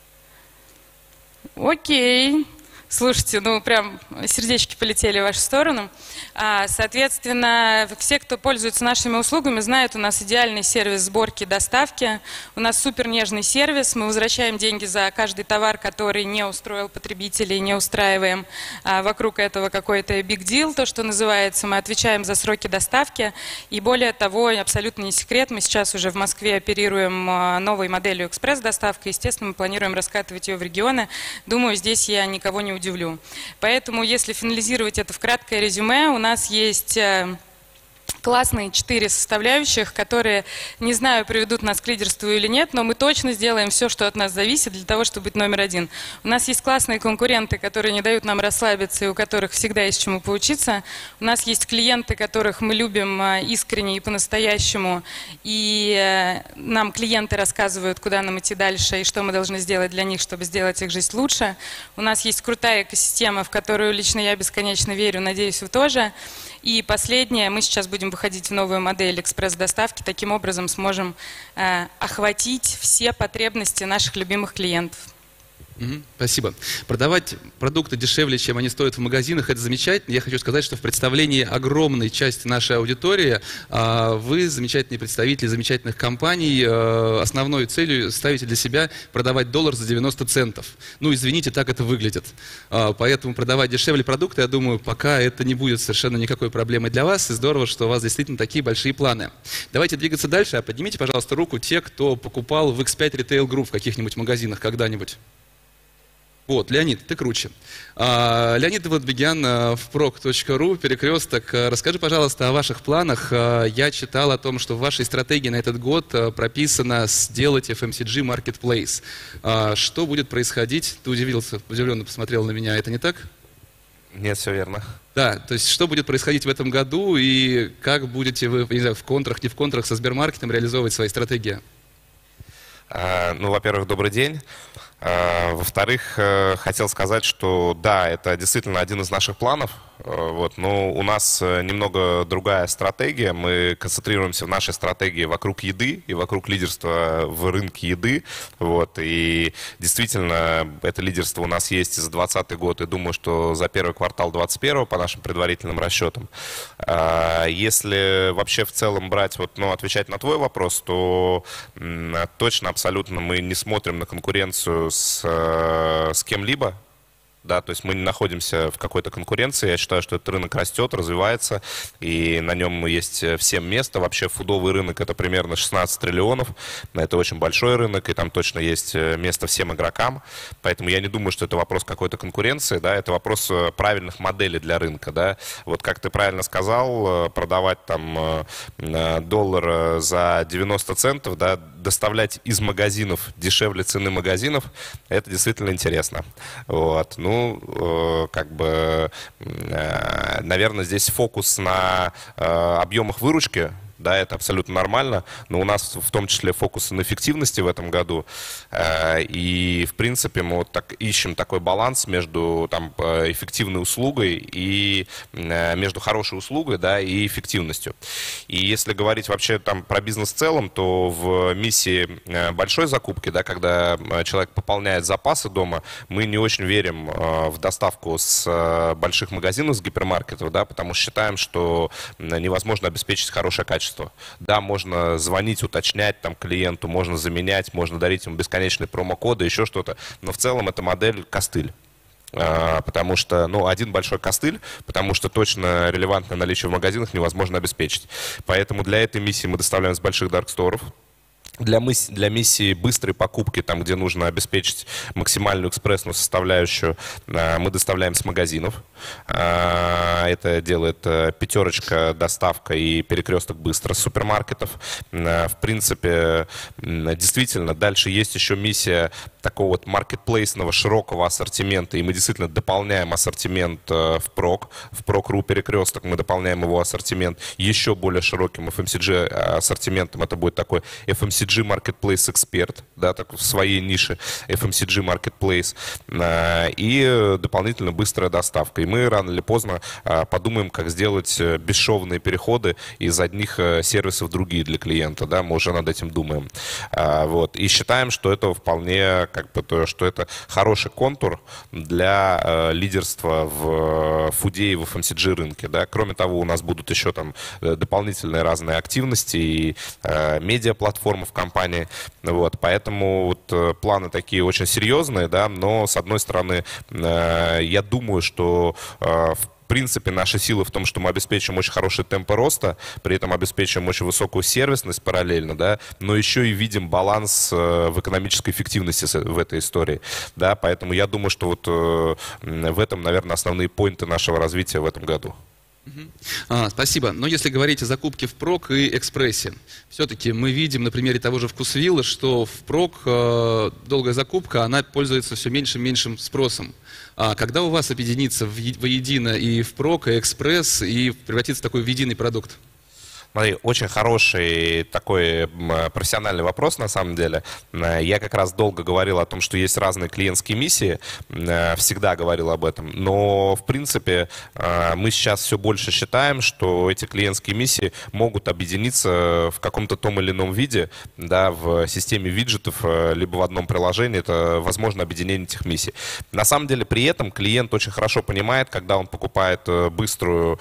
Окей. Слушайте, ну прям сердечки полетели в вашу сторону. Соответственно, все, кто пользуется нашими услугами, знают, у нас идеальный сервис сборки и доставки. У нас супер нежный сервис. Мы возвращаем деньги за каждый товар, который не устроил потребителей, не устраиваем вокруг этого какой-то big deal, то, что называется. Мы отвечаем за сроки доставки. И более того, абсолютно не секрет, мы сейчас уже в Москве оперируем новой моделью экспресс-доставки. Естественно, мы планируем раскатывать ее в регионы. Думаю, здесь я никого не удивлю. Поэтому, если финализировать это в краткое резюме, у нас есть классные четыре составляющих, которые, не знаю, приведут нас к лидерству или нет, но мы точно сделаем все, что от нас зависит, для того, чтобы быть номер один. У нас есть классные конкуренты, которые не дают нам расслабиться и у которых всегда есть чему поучиться. У нас есть клиенты, которых мы любим искренне и по-настоящему, и нам клиенты рассказывают, куда нам идти дальше и что мы должны сделать для них, чтобы сделать их жизнь лучше. У нас есть крутая экосистема, в которую лично я бесконечно верю, надеюсь, вы тоже. И последнее, мы сейчас будем выходить в новую модель экспресс-доставки, таким образом сможем э, охватить все потребности наших любимых клиентов. Угу, спасибо. Продавать продукты дешевле, чем они стоят в магазинах, это замечательно. Я хочу сказать, что в представлении огромной части нашей аудитории э, вы, замечательные представители замечательных компаний, э, основной целью ставите для себя продавать доллар за девяносто центов. Ну, извините, так это выглядит. Э, поэтому продавать дешевле продукты, я думаю, пока это не будет совершенно никакой проблемой для вас. И здорово, что у вас действительно такие большие планы. Давайте двигаться дальше. А поднимите, пожалуйста, руку те, кто покупал в икс пять Retail Group в каких-нибудь магазинах когда-нибудь. Вот, Леонид, ты круче. А, Леонид Давыдбегян, в прок точка ру, Перекресток. Расскажи, пожалуйста, о ваших планах. Я читал о том, что в вашей стратегии на этот год прописано сделать эф эм си джи Marketplace. А, что будет происходить? Ты удивился, удивленно посмотрел на меня. Это не так? Нет, все верно. Да, то есть что будет происходить в этом году и как будете вы, не знаю, в контрах, не в контрах со Сбермаркетом реализовывать свои стратегии? А, ну, во-первых, добрый день. Во-вторых, хотел сказать, что да, это действительно один из наших планов, вот, но у нас немного другая стратегия. Мы концентрируемся в нашей стратегии вокруг еды и вокруг лидерства в рынке еды. Вот, и действительно, это лидерство у нас есть и за двадцатый год, и думаю, что за первый квартал двадцать первого по нашим предварительным расчетам. Если вообще в целом брать, вот, ну, отвечать на твой вопрос, то точно, абсолютно мы не смотрим на конкуренцию с, с кем-либо. Да, то есть мы не находимся в какой-то конкуренции. Я считаю, что этот рынок растет, развивается, и на нем есть всем место. Вообще фудовый рынок — это примерно шестнадцать триллионов. Это очень большой рынок, и там точно есть место всем игрокам. Поэтому я не думаю, что это вопрос какой-то конкуренции. Да, это вопрос правильных моделей для рынка. Да. Вот как ты правильно сказал, продавать там доллар за девяносто центов, да, доставлять из магазинов дешевле цены магазинов, это действительно интересно. Вот. Ну, как бы, наверное, здесь фокус на объемах выручки. Да, это абсолютно нормально, но у нас в том числе фокус на эффективности в этом году. И, в принципе, мы вот так ищем такой баланс между там, эффективной услугой и между хорошей услугой, да, и эффективностью. И если говорить вообще там про бизнес в целом, то в миссии большой закупки, да, когда человек пополняет запасы дома, мы не очень верим в доставку с больших магазинов, с гипермаркетов, да, потому что считаем, что невозможно обеспечить хорошее качество. Да, можно звонить, уточнять там клиенту, можно заменять, можно дарить ему бесконечные промокоды, еще что-то. Но в целом эта модель костыль. А, потому что, ну, один большой костыль, потому что точно релевантное наличие в магазинах невозможно обеспечить. Поэтому для этой миссии мы доставляем с больших дарксторов. Для, миссии, для миссии быстрой покупки, там, где нужно обеспечить максимальную экспрессную составляющую, мы доставляем с магазинов. Это делает Пятерочка, Доставка и Перекресток Быстро с супермаркетов. В принципе, действительно, дальше есть еще миссия такого вот маркетплейсного широкого ассортимента, и мы действительно дополняем ассортимент в ПРОК. В ПРОК.ру Перекресток мы дополняем его ассортимент еще более широким эф эм си джи ассортиментом. Это будет такой эф эм си джи Marketplace Expert, да, так в своей нише эф эм си джи Marketplace, и дополнительно быстрая доставка. И мы рано или поздно подумаем, как сделать бесшовные переходы из одних сервисов в другие для клиента, да, мы уже над этим думаем. Вот. И считаем, что это вполне, как бы, то, что это хороший контур для лидерства в фуде и в эф эм си джи рынке, да. Кроме того, у нас будут еще там дополнительные разные активности и медиаплатформы в компании, вот, поэтому вот планы такие очень серьезные, да, но с одной стороны, я думаю, что в В принципе, наши силы в том, что мы обеспечим очень хороший темп роста, при этом обеспечим очень высокую сервисность параллельно, да, но еще и видим баланс в экономической эффективности в этой истории, да, поэтому я думаю, что вот в этом, наверное, основные поинты нашего развития в этом году. А, спасибо. Но если говорить о закупке в ПРОК и Экспрессе, все-таки мы видим на примере того же Вкусвилла, что в ПРОК э, долгая закупка, она пользуется все меньшим и меньшим спросом. А когда у вас объединится воедино и в ПРОК, и Экспресс, и превратится в такой в единый продукт? Смотри, очень хороший такой профессиональный вопрос, на самом деле. Я как раз долго говорил о том, что есть разные клиентские миссии, всегда говорил об этом, но, в принципе, мы сейчас все больше считаем, что эти клиентские миссии могут объединиться в каком-то том или ином виде, да, в системе виджетов, либо в одном приложении, это возможно объединение этих миссий. На самом деле, при этом клиент очень хорошо понимает, когда он покупает быструю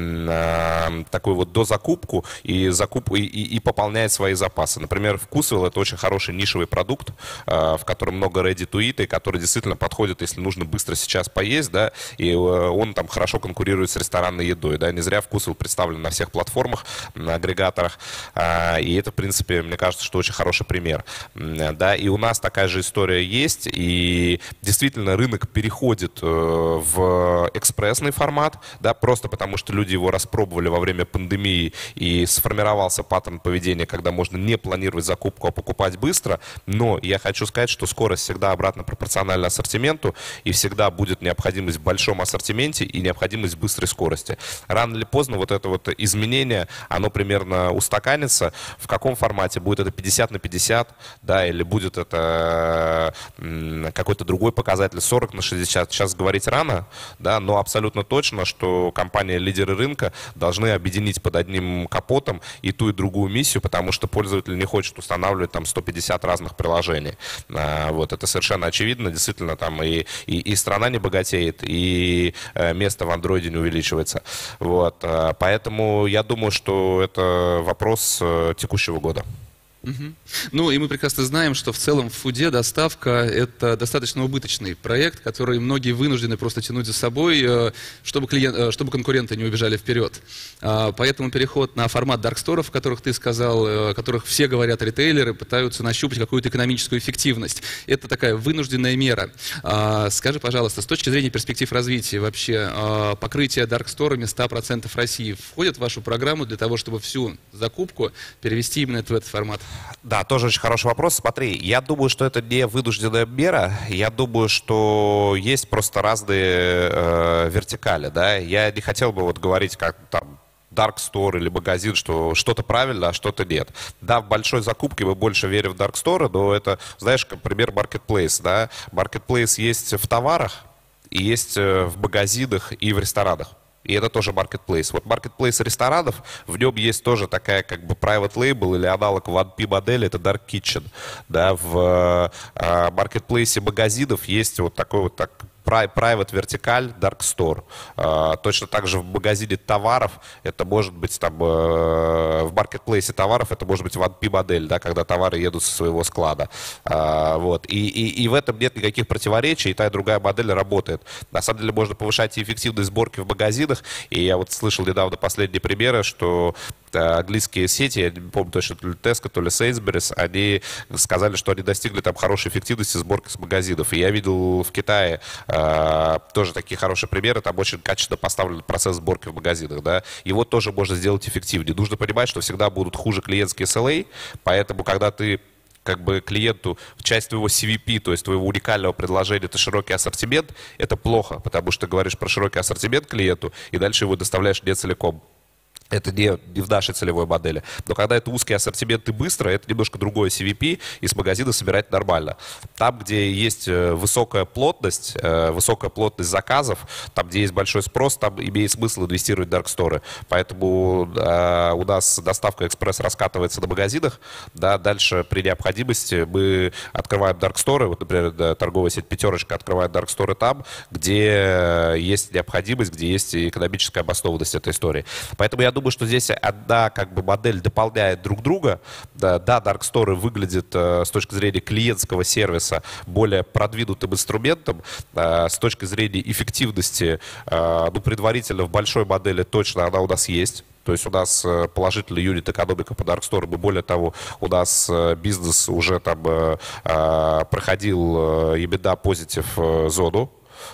такую вот дозакупку, и, закуп, и, и, и пополняет свои запасы. Например, Вкусвилл — это очень хороший нишевый продукт, в котором много ready to eat, и который действительно подходит, если нужно быстро сейчас поесть, да, и он там хорошо конкурирует с ресторанной едой. Да. Не зря Вкусвилл представлен на всех платформах, на агрегаторах, и это, в принципе, мне кажется, что очень хороший пример. Да. И у нас такая же история есть, и действительно рынок переходит в экспрессный формат, да, просто потому что люди его распробовали во время пандемии и и сформировался паттерн поведения, когда можно не планировать закупку, а покупать быстро. Но я хочу сказать, что скорость всегда обратно пропорциональна ассортименту, и всегда будет необходимость в большом ассортименте и необходимость в быстрой скорости. Рано или поздно вот это вот изменение, оно примерно устаканится. В каком формате? Будет это пятьдесят на пятьдесят, да, или будет это какой-то другой показатель сорок на шестьдесят. Сейчас говорить рано, да, но абсолютно точно, что компании-лидеры рынка должны объединить под одним капотом и ту, и другую миссию, потому что пользователь не хочет устанавливать там сто пятьдесят разных приложений. А, вот, это совершенно очевидно. Действительно, там и, и, и страна не богатеет, и э, место в андроиде не увеличивается. Вот, а, поэтому я думаю, что это вопрос э, текущего года. Угу. Ну и мы прекрасно знаем, что в целом в фуде доставка – это достаточно убыточный проект, который многие вынуждены просто тянуть за собой, чтобы, клиент, чтобы конкуренты не убежали вперед. Поэтому переход на формат дарксторов, о которых ты сказал, о которых все говорят ритейлеры, пытаются нащупать какую-то экономическую эффективность. Это такая вынужденная мера. Скажи, пожалуйста, с точки зрения перспектив развития вообще, покрытие дарксторами ста процентов России входит в вашу программу для того, чтобы всю закупку перевести именно в этот формат? Да, тоже очень хороший вопрос. Смотри, я думаю, что это не вынужденная мера. Я думаю, что есть просто разные э, вертикали, да. Я не хотел бы вот говорить, как там Dark Store или магазин, что что-то правильно, а что-то нет. Да, в большой закупке мы больше верим в Dark Store, но это, знаешь, как пример Marketplace, да. Marketplace есть в товарах, и есть в магазинах и в ресторанах. И это тоже marketplace. Вот marketplace ресторанов, в нем есть тоже такая как бы private label или аналог ван пи модели, это Dark Kitchen. Да, в э, marketplace магазинов есть вот такой вот так, private вертикаль, dark store. Uh, точно так же в магазине товаров это может быть там uh, в маркетплейсе товаров это может быть ван пи модель, да, когда товары едут со своего склада. Uh, вот. и, и, и в этом нет никаких противоречий, и та и другая модель работает. На самом деле можно повышать и эффективность сборки в магазинах, и я вот слышал недавно последние примеры, что английские сети, я не помню точно, то ли Tesco, то ли Sainsbury's, они сказали, что они достигли там хорошей эффективности сборки с магазинов. И я видел в Китае э, тоже такие хорошие примеры, там очень качественно поставлен процесс сборки в магазинах, да. Его тоже можно сделать эффективнее. Нужно понимать, что всегда будут хуже клиентские эс эл эй, поэтому когда ты как бы клиенту в часть твоего си ви пи, то есть твоего уникального предложения, это широкий ассортимент, это плохо, потому что ты говоришь про широкий ассортимент клиенту и дальше его доставляешь не целиком. Это не, не в нашей целевой модели. Но когда это узкий ассортимент и быстро, это немножко другое си ви пи, и с магазина собирать нормально. Там, где есть высокая плотность, высокая плотность заказов, там, где есть большой спрос, там имеет смысл инвестировать в дарксторы. Поэтому э, у нас доставка экспресс раскатывается на магазинах. Да, дальше при необходимости мы открываем дарксторы. Вот, например, да, торговая сеть «Пятерочка» открывает дарксторы там, где есть необходимость, где есть экономическая обоснованность этой истории. Поэтому я думаю, что здесь одна как бы модель дополняет друг друга. Да, да, дарксторы выглядят э, с точки зрения клиентского сервиса более продвинутым инструментом. Э, с точки зрения эффективности, э, ну, предварительно в большой модели точно она у нас есть. То есть у нас положительный юнит экономика по дарксторам, и более того, у нас бизнес уже там э, проходил EBITDA позитив зону.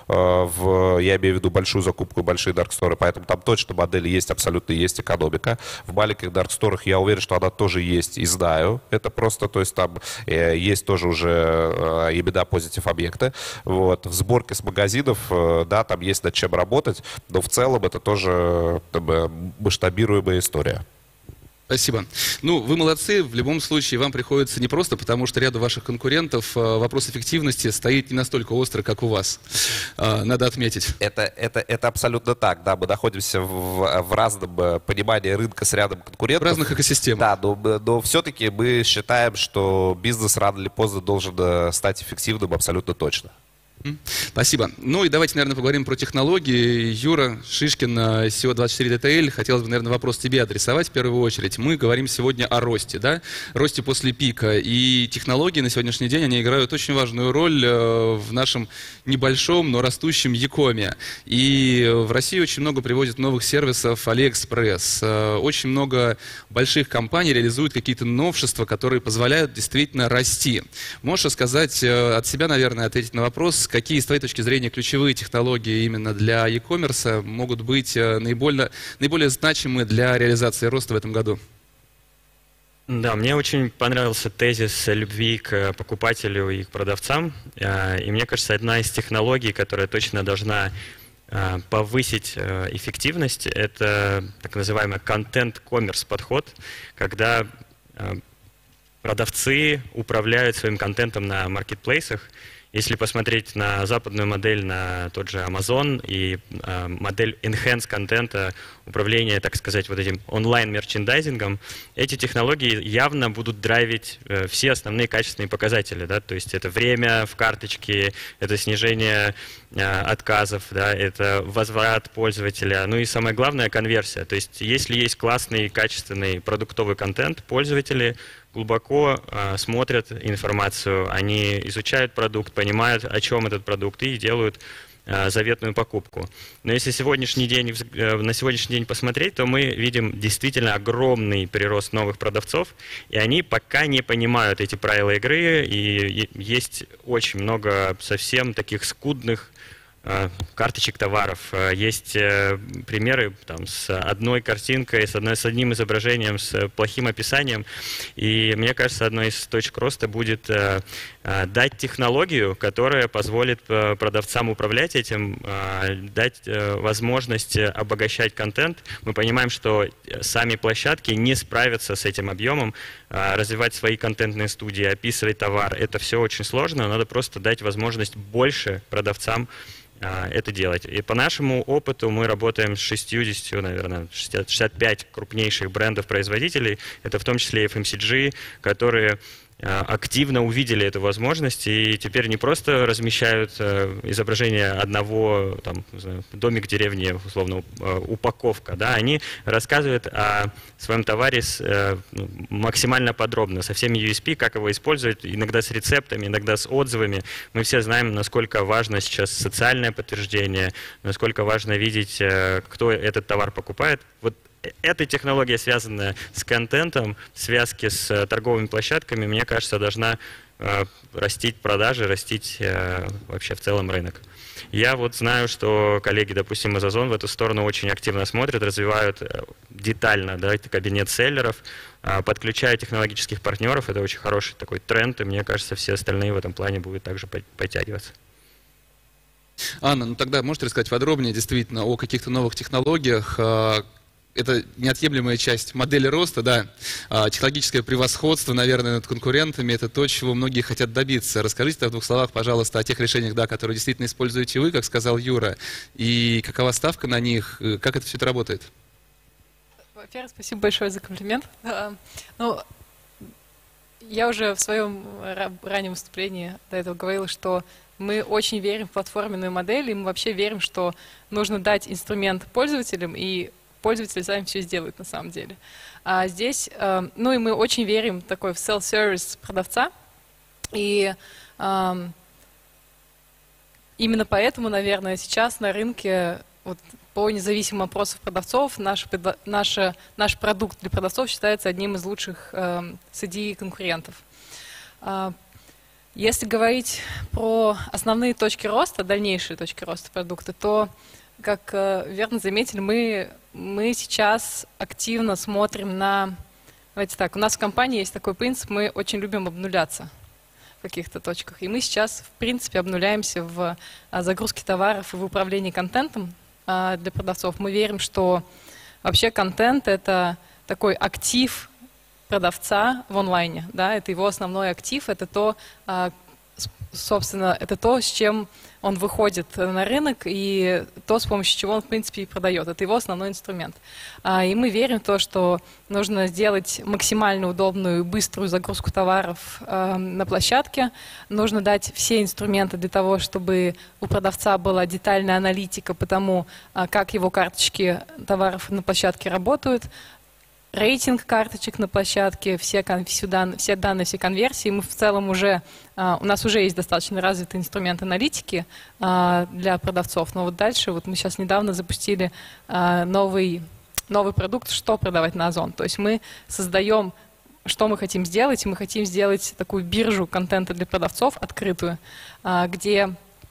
В, я имею в виду большую закупку и большие дарксторы, поэтому там точно модели есть, абсолютно есть экономика. В маленьких дарксторах я уверен, что она тоже есть и знаю. Это просто, то есть там э, есть тоже уже э, EBITDA позитив объекты. Вот. В сборке с магазинов, э, да, там есть над чем работать, но в целом это тоже э, масштабируемая история. Спасибо. Ну, вы молодцы. В любом случае, вам приходится не просто, потому что ряду ваших конкурентов вопрос эффективности стоит не настолько остро, как у вас. Надо отметить. Это, это, это абсолютно так. Да, мы находимся в, в разном понимании рынка с рядом конкурентов. В разных экосистемах. Да, но, но все-таки мы считаем, что бизнес рано или поздно должен стать эффективным абсолютно точно. Спасибо. Ну и давайте, наверное, поговорим про технологии. Юра Шишкин, си и о двадцать четыре Retail. Хотелось бы, наверное, вопрос тебе адресовать в первую очередь. Мы говорим сегодня о росте, да? Росте после пика. И технологии на сегодняшний день, они играют очень важную роль в нашем небольшом, но растущем Якоме. И в России очень много привозят новых сервисов AliExpress. Очень много больших компаний реализуют какие-то новшества, которые позволяют действительно расти. Можешь рассказать от себя, наверное, ответить на вопрос, какие, с твоей точки зрения, ключевые технологии именно для e-commerce могут быть наиболее, наиболее значимы для реализации роста в этом году? Да, мне очень понравился тезис любви к покупателю и к продавцам. И мне кажется, одна из технологий, которая точно должна повысить эффективность, это так называемый контент-коммерс подход, когда продавцы управляют своим контентом на маркетплейсах. Если посмотреть на западную модель, на тот же Amazon и э, модель enhance контента, управления, так сказать, вот этим онлайн-мерчендайзингом, эти технологии явно будут драйвить э, все основные качественные показатели. Да? То есть это время в карточке, это снижение э, отказов, да? Это возврат пользователя, ну и самое главное — конверсия. То есть если есть классный, качественный продуктовый контент, пользователи глубоко э, смотрят информацию, они изучают продукт, понимают, о чем этот продукт, и делают э, заветную покупку. Но если сегодняшний день, э, на сегодняшний день посмотреть, то мы видим действительно огромный прирост новых продавцов, и они пока не понимают эти правила игры, и есть очень много совсем таких скудных карточек товаров. Есть примеры там, с одной картинкой, с, одной, с одним изображением, с плохим описанием. И мне кажется, одной из точек роста будет дать технологию, которая позволит продавцам управлять этим, дать возможность обогащать контент. Мы понимаем, что сами площадки не справятся с этим объемом. Развивать свои контентные студии, описывать товар — это все очень сложно. Надо просто дать возможность больше продавцам это делать. И по нашему опыту мы работаем с шестьюдесятью, наверное, шестьдесят, шестьдесят пять крупнейших брендов-производителей, это в том числе эф эм си джи, которые активно увидели эту возможность и теперь не просто размещают изображение одного, там, домик в деревне, условно, упаковка, да, они рассказывают о своем товаре с, максимально подробно, со всеми ю эс пи, как его использовать, иногда с рецептами, иногда с отзывами. Мы все знаем, насколько важно сейчас социальное подтверждение, насколько важно видеть, кто этот товар покупает. Вот эта технология, связанная с контентом, в связке с торговыми площадками, мне кажется, должна э, растить продажи, растить э, вообще в целом рынок. Я вот знаю, что коллеги, допустим, из Озон в эту сторону очень активно смотрят, развивают детально, да, кабинет селлеров, э, подключают технологических партнеров. Это очень хороший такой тренд, и мне кажется, все остальные в этом плане будут также подтягиваться. Анна, ну тогда можете рассказать подробнее действительно о каких-то новых технологиях? Это неотъемлемая часть модели роста, да, технологическое превосходство, наверное, над конкурентами, это то, чего многие хотят добиться. Расскажите в двух словах, пожалуйста, о тех решениях, да, которые действительно используете вы, как сказал Юра, и какова ставка на них, как это все это работает? Во-первых, спасибо большое за комплимент. Ну, я уже в своем раннем выступлении до этого говорила, что мы очень верим в платформенную модель, и мы вообще верим, что нужно дать инструмент пользователям, и пользователи сами все сделают на самом деле. А здесь, э, ну и мы очень верим такой в self-service продавца, и э, именно поэтому, наверное, сейчас на рынке вот, по независимым опросам продавцов наш, наш, наш продукт для продавцов считается одним из лучших э, среди конкурентов. Э, если говорить про основные точки роста, дальнейшие точки роста продукта, то, как э, верно заметили, мы, мы сейчас активно смотрим на... Давайте так, у нас в компании есть такой принцип, мы очень любим обнуляться в каких-то точках. И мы сейчас, в принципе, обнуляемся в а, загрузке товаров и в управлении контентом а, для продавцов. Мы верим, что вообще контент — это такой актив продавца в онлайне. Да? Это его основной актив, это то, а, собственно, это то, с чем он выходит на рынок, и то, с помощью чего он, в принципе, и продает. Это его основной инструмент. И мы верим в то, что нужно сделать максимально удобную и быструю загрузку товаров на площадке. Нужно дать все инструменты для того, чтобы у продавца была детальная аналитика по тому, как его карточки товаров на площадке работают, рейтинг карточек на площадке, все, все, данные, все данные, все конверсии. Мы в целом уже, uh, у нас уже есть достаточно развитый инструмент аналитики uh, для продавцов. Но вот дальше, вот мы сейчас недавно запустили uh, новый, новый продукт, что продавать на Озон. То есть мы создаем, что мы хотим сделать, и мы хотим сделать такую биржу контента для продавцов открытую, uh, где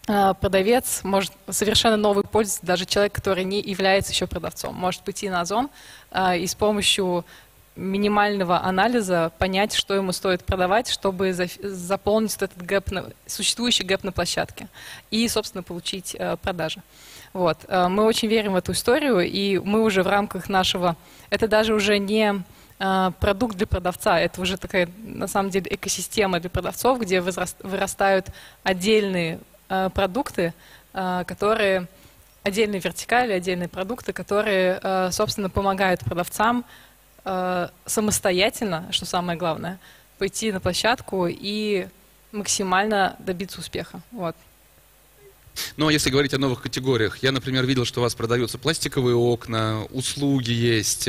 продавец может, совершенно новый пользователь, даже человек, который не является еще продавцом, может пойти на Озон и с помощью минимального анализа понять, что ему стоит продавать, чтобы за, заполнить вот этот гэп на, существующий гэп на площадке и, собственно, получить э, продажи. Вот. Э, мы очень верим в эту историю, и мы уже в рамках нашего... Это даже уже не э, продукт для продавца, это уже такая, на самом деле, экосистема для продавцов, где возраст, вырастают отдельные э, продукты, э, которые... Отдельные вертикали, отдельные продукты, которые, э, собственно, помогают продавцам самостоятельно, что самое главное, пойти на площадку и максимально добиться успеха. Вот. Ну, а если говорить о новых категориях, я, например, видел, что у вас продаются пластиковые окна, услуги есть.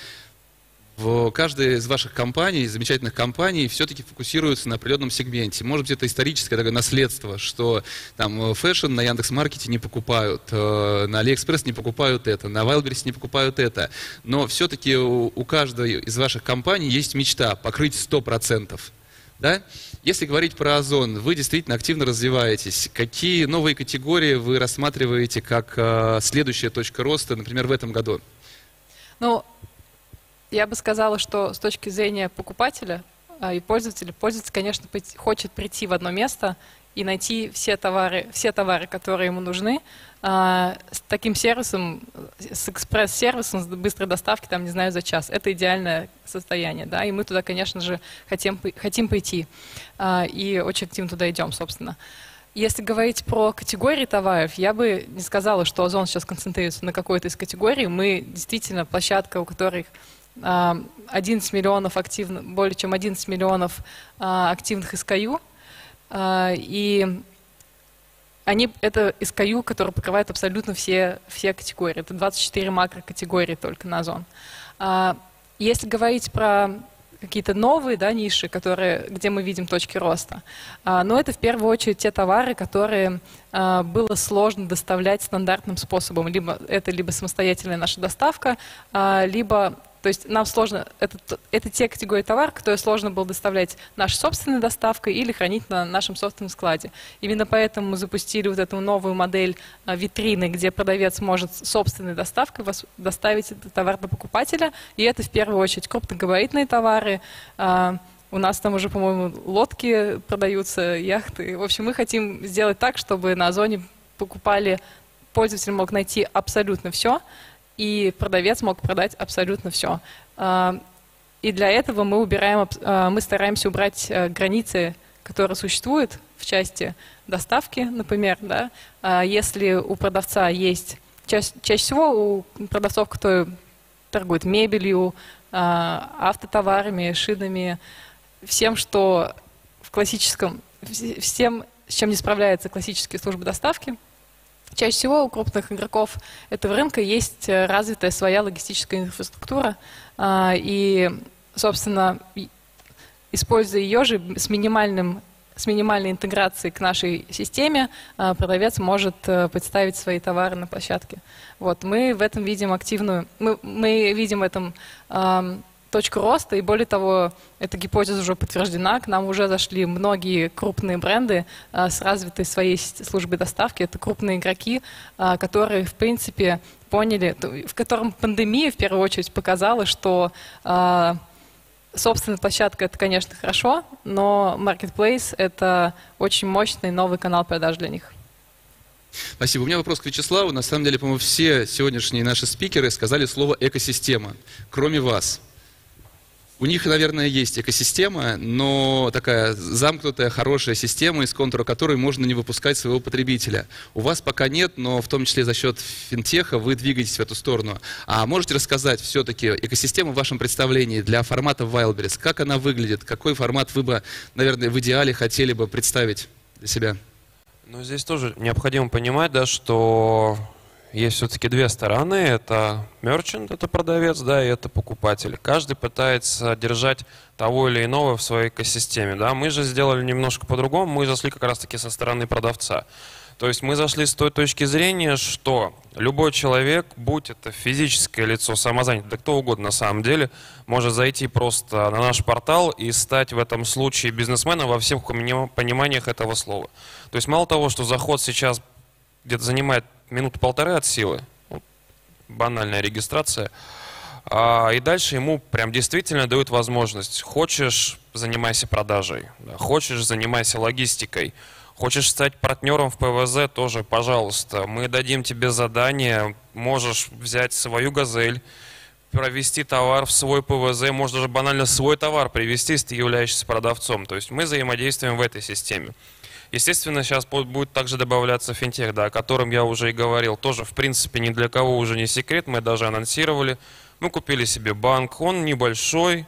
В каждой из ваших компаний, замечательных компаний, все-таки фокусируется на определенном сегменте. Может быть, это историческое такое наследство, что там фэшн на Яндекс.Маркете не покупают, на Алиэкспресс не покупают это, на Wildberries не покупают это. Но все-таки у, у каждой из ваших компаний есть мечта покрыть сто процентов. Да? Если говорить про Озон, вы действительно активно развиваетесь. Какие новые категории вы рассматриваете как э, следующая точка роста, например, в этом году? Ну, я бы сказала, что с точки зрения покупателя э, и пользователя, пользователь, конечно, хочет прийти в одно место и найти все товары, все товары, которые ему нужны, э, с таким сервисом, с экспресс-сервисом, с быстрой доставки, там, не знаю, за час. Это идеальное состояние, да, и мы туда, конечно же, хотим, хотим пойти, э, и очень активно туда идем, собственно. Если говорить про категории товаров, я бы не сказала, что Озон сейчас концентрируется на какой-то из категорий. Мы действительно площадка, у которой одиннадцать миллионов активных, более чем одиннадцать миллионов а, активных эс кей ю, а, и они, это эс кей ю, который покрывает абсолютно все, все категории. Это двадцать четыре макрокатегории только на Озон. А, если говорить про какие-то новые, да, ниши, которые, где мы видим точки роста, а, но это в первую очередь те товары, которые а, было сложно доставлять стандартным способом. Либо это либо самостоятельная наша доставка, а, либо... То есть нам сложно, это, это те категории товаров, которые сложно было доставлять нашей собственной доставкой или хранить на нашем собственном складе. Именно поэтому мы запустили вот эту новую модель а, витрины, где продавец может собственной доставкой доставить этот товар до покупателя. И это в первую очередь крупногабаритные товары. А, у нас там уже, по-моему, лодки продаются, яхты. В общем, мы хотим сделать так, чтобы на Озоне покупали, пользователь мог найти абсолютно все, и продавец мог продать абсолютно все. И для этого мы убираем, мы стараемся убрать границы, которые существуют в части доставки, например. Да? Если у продавца есть, чаще, чаще всего у продавцов, которые торгуют мебелью, автотоварами, шинами, всем, что в классическом, всем, с чем не справляются классические службы доставки, чаще всего у крупных игроков этого рынка есть развитая своя логистическая инфраструктура, и, собственно, используя ее же с, минимальным, с минимальной интеграцией к нашей системе, продавец может представить свои товары на площадке. Вот, мы в этом видим активную, мы, мы видим в этом точку роста, и более того, эта гипотеза уже подтверждена, к нам уже зашли многие крупные бренды а, с развитой своей службой доставки. Это крупные игроки, а, которые, в принципе, поняли, в котором пандемия, в первую очередь, показала, что а, собственная площадка – это, конечно, хорошо, но Marketplace – это очень мощный новый канал продаж для них. Спасибо. У меня вопрос к Вячеславу. На самом деле, по-моему, все сегодняшние наши спикеры сказали слово «экосистема», кроме вас. У них, наверное, есть экосистема, но такая замкнутая, хорошая система, из контура которой можно не выпускать своего потребителя. У вас пока нет, но в том числе за счет финтеха вы двигаетесь в эту сторону. А можете рассказать все-таки экосистему в вашем представлении для формата Wildberries? Как она выглядит? Какой формат вы бы, наверное, в идеале хотели бы представить для себя? Ну, здесь тоже необходимо понимать, да, что есть все-таки две стороны. Это мерчант, это продавец, да, и это покупатель. Каждый пытается держать того или иного в своей экосистеме. Да. Мы же сделали немножко по-другому. Мы зашли как раз-таки со стороны продавца. То есть мы зашли с той точки зрения, что любой человек, будь это физическое лицо, самозанятый, да кто угодно на самом деле, может зайти просто на наш портал и стать в этом случае бизнесменом во всех пониманиях этого слова. То есть мало того, что заход сейчас где-то занимает минуту-полторы от силы, вот, банальная регистрация, а, и дальше ему прям действительно дают возможность: хочешь — занимайся продажей, да, хочешь — занимайся логистикой, хочешь стать партнером в ПВЗ — тоже, пожалуйста, мы дадим тебе задание, можешь взять свою «Газель», провести товар в свой ПВЗ, можно даже банально свой товар привезти, если ты являешься продавцом. То есть мы взаимодействуем в этой системе. Естественно, сейчас будет также добавляться финтех, да, о котором я уже и говорил. Тоже, в принципе, ни для кого уже не секрет, мы даже анонсировали. Мы купили себе банк, он небольшой,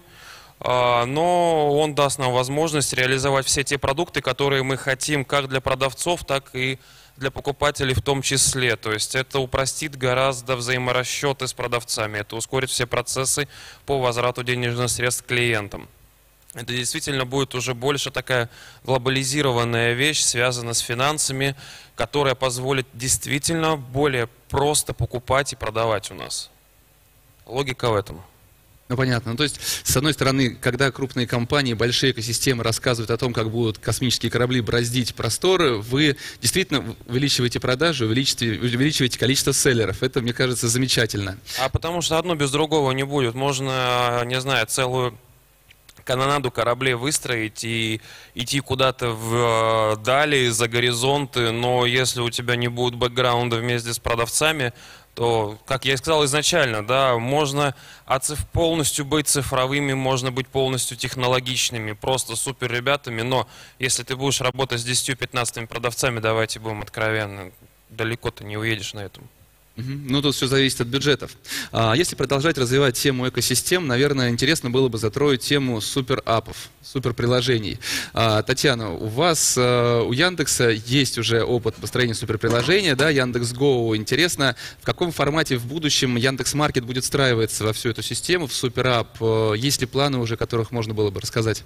но он даст нам возможность реализовать все те продукты, которые мы хотим, как для продавцов, так и для покупателей в том числе. То есть это упростит гораздо взаиморасчеты с продавцами, это ускорит все процессы по возврату денежных средств клиентам. Это действительно будет уже больше такая глобализированная вещь, связанная с финансами, которая позволит действительно более просто покупать и продавать у нас. Логика в этом. Ну, понятно. Ну, то есть, с одной стороны, когда крупные компании, большие экосистемы рассказывают о том, как будут космические корабли бороздить просторы, вы действительно увеличиваете продажи, увеличиваете, увеличиваете количество селлеров. Это, мне кажется, замечательно. А потому что одно без другого не будет. Можно, не знаю, целую канонаду кораблей выстроить и идти куда-то вдали, за горизонты, но если у тебя не будет бэкграунда вместе с продавцами, то, как я и сказал изначально, да, можно полностью быть цифровыми, можно быть полностью технологичными, просто супер ребятами, но если ты будешь работать с десятью-пятнадцатью продавцами, давайте будем откровенны, далеко ты не уедешь на этом. Ну, тут все зависит от бюджетов. А если продолжать развивать тему экосистем, наверное, интересно было бы затроить тему суперапов, суперприложений. А, Татьяна, у вас, у Яндекса есть уже опыт построения суперприложения, да, Яндекс.Го. Интересно, в каком формате в будущем Яндекс.Маркет будет встраиваться во всю эту систему, в суперап? Есть ли планы уже, о которых можно было бы рассказать?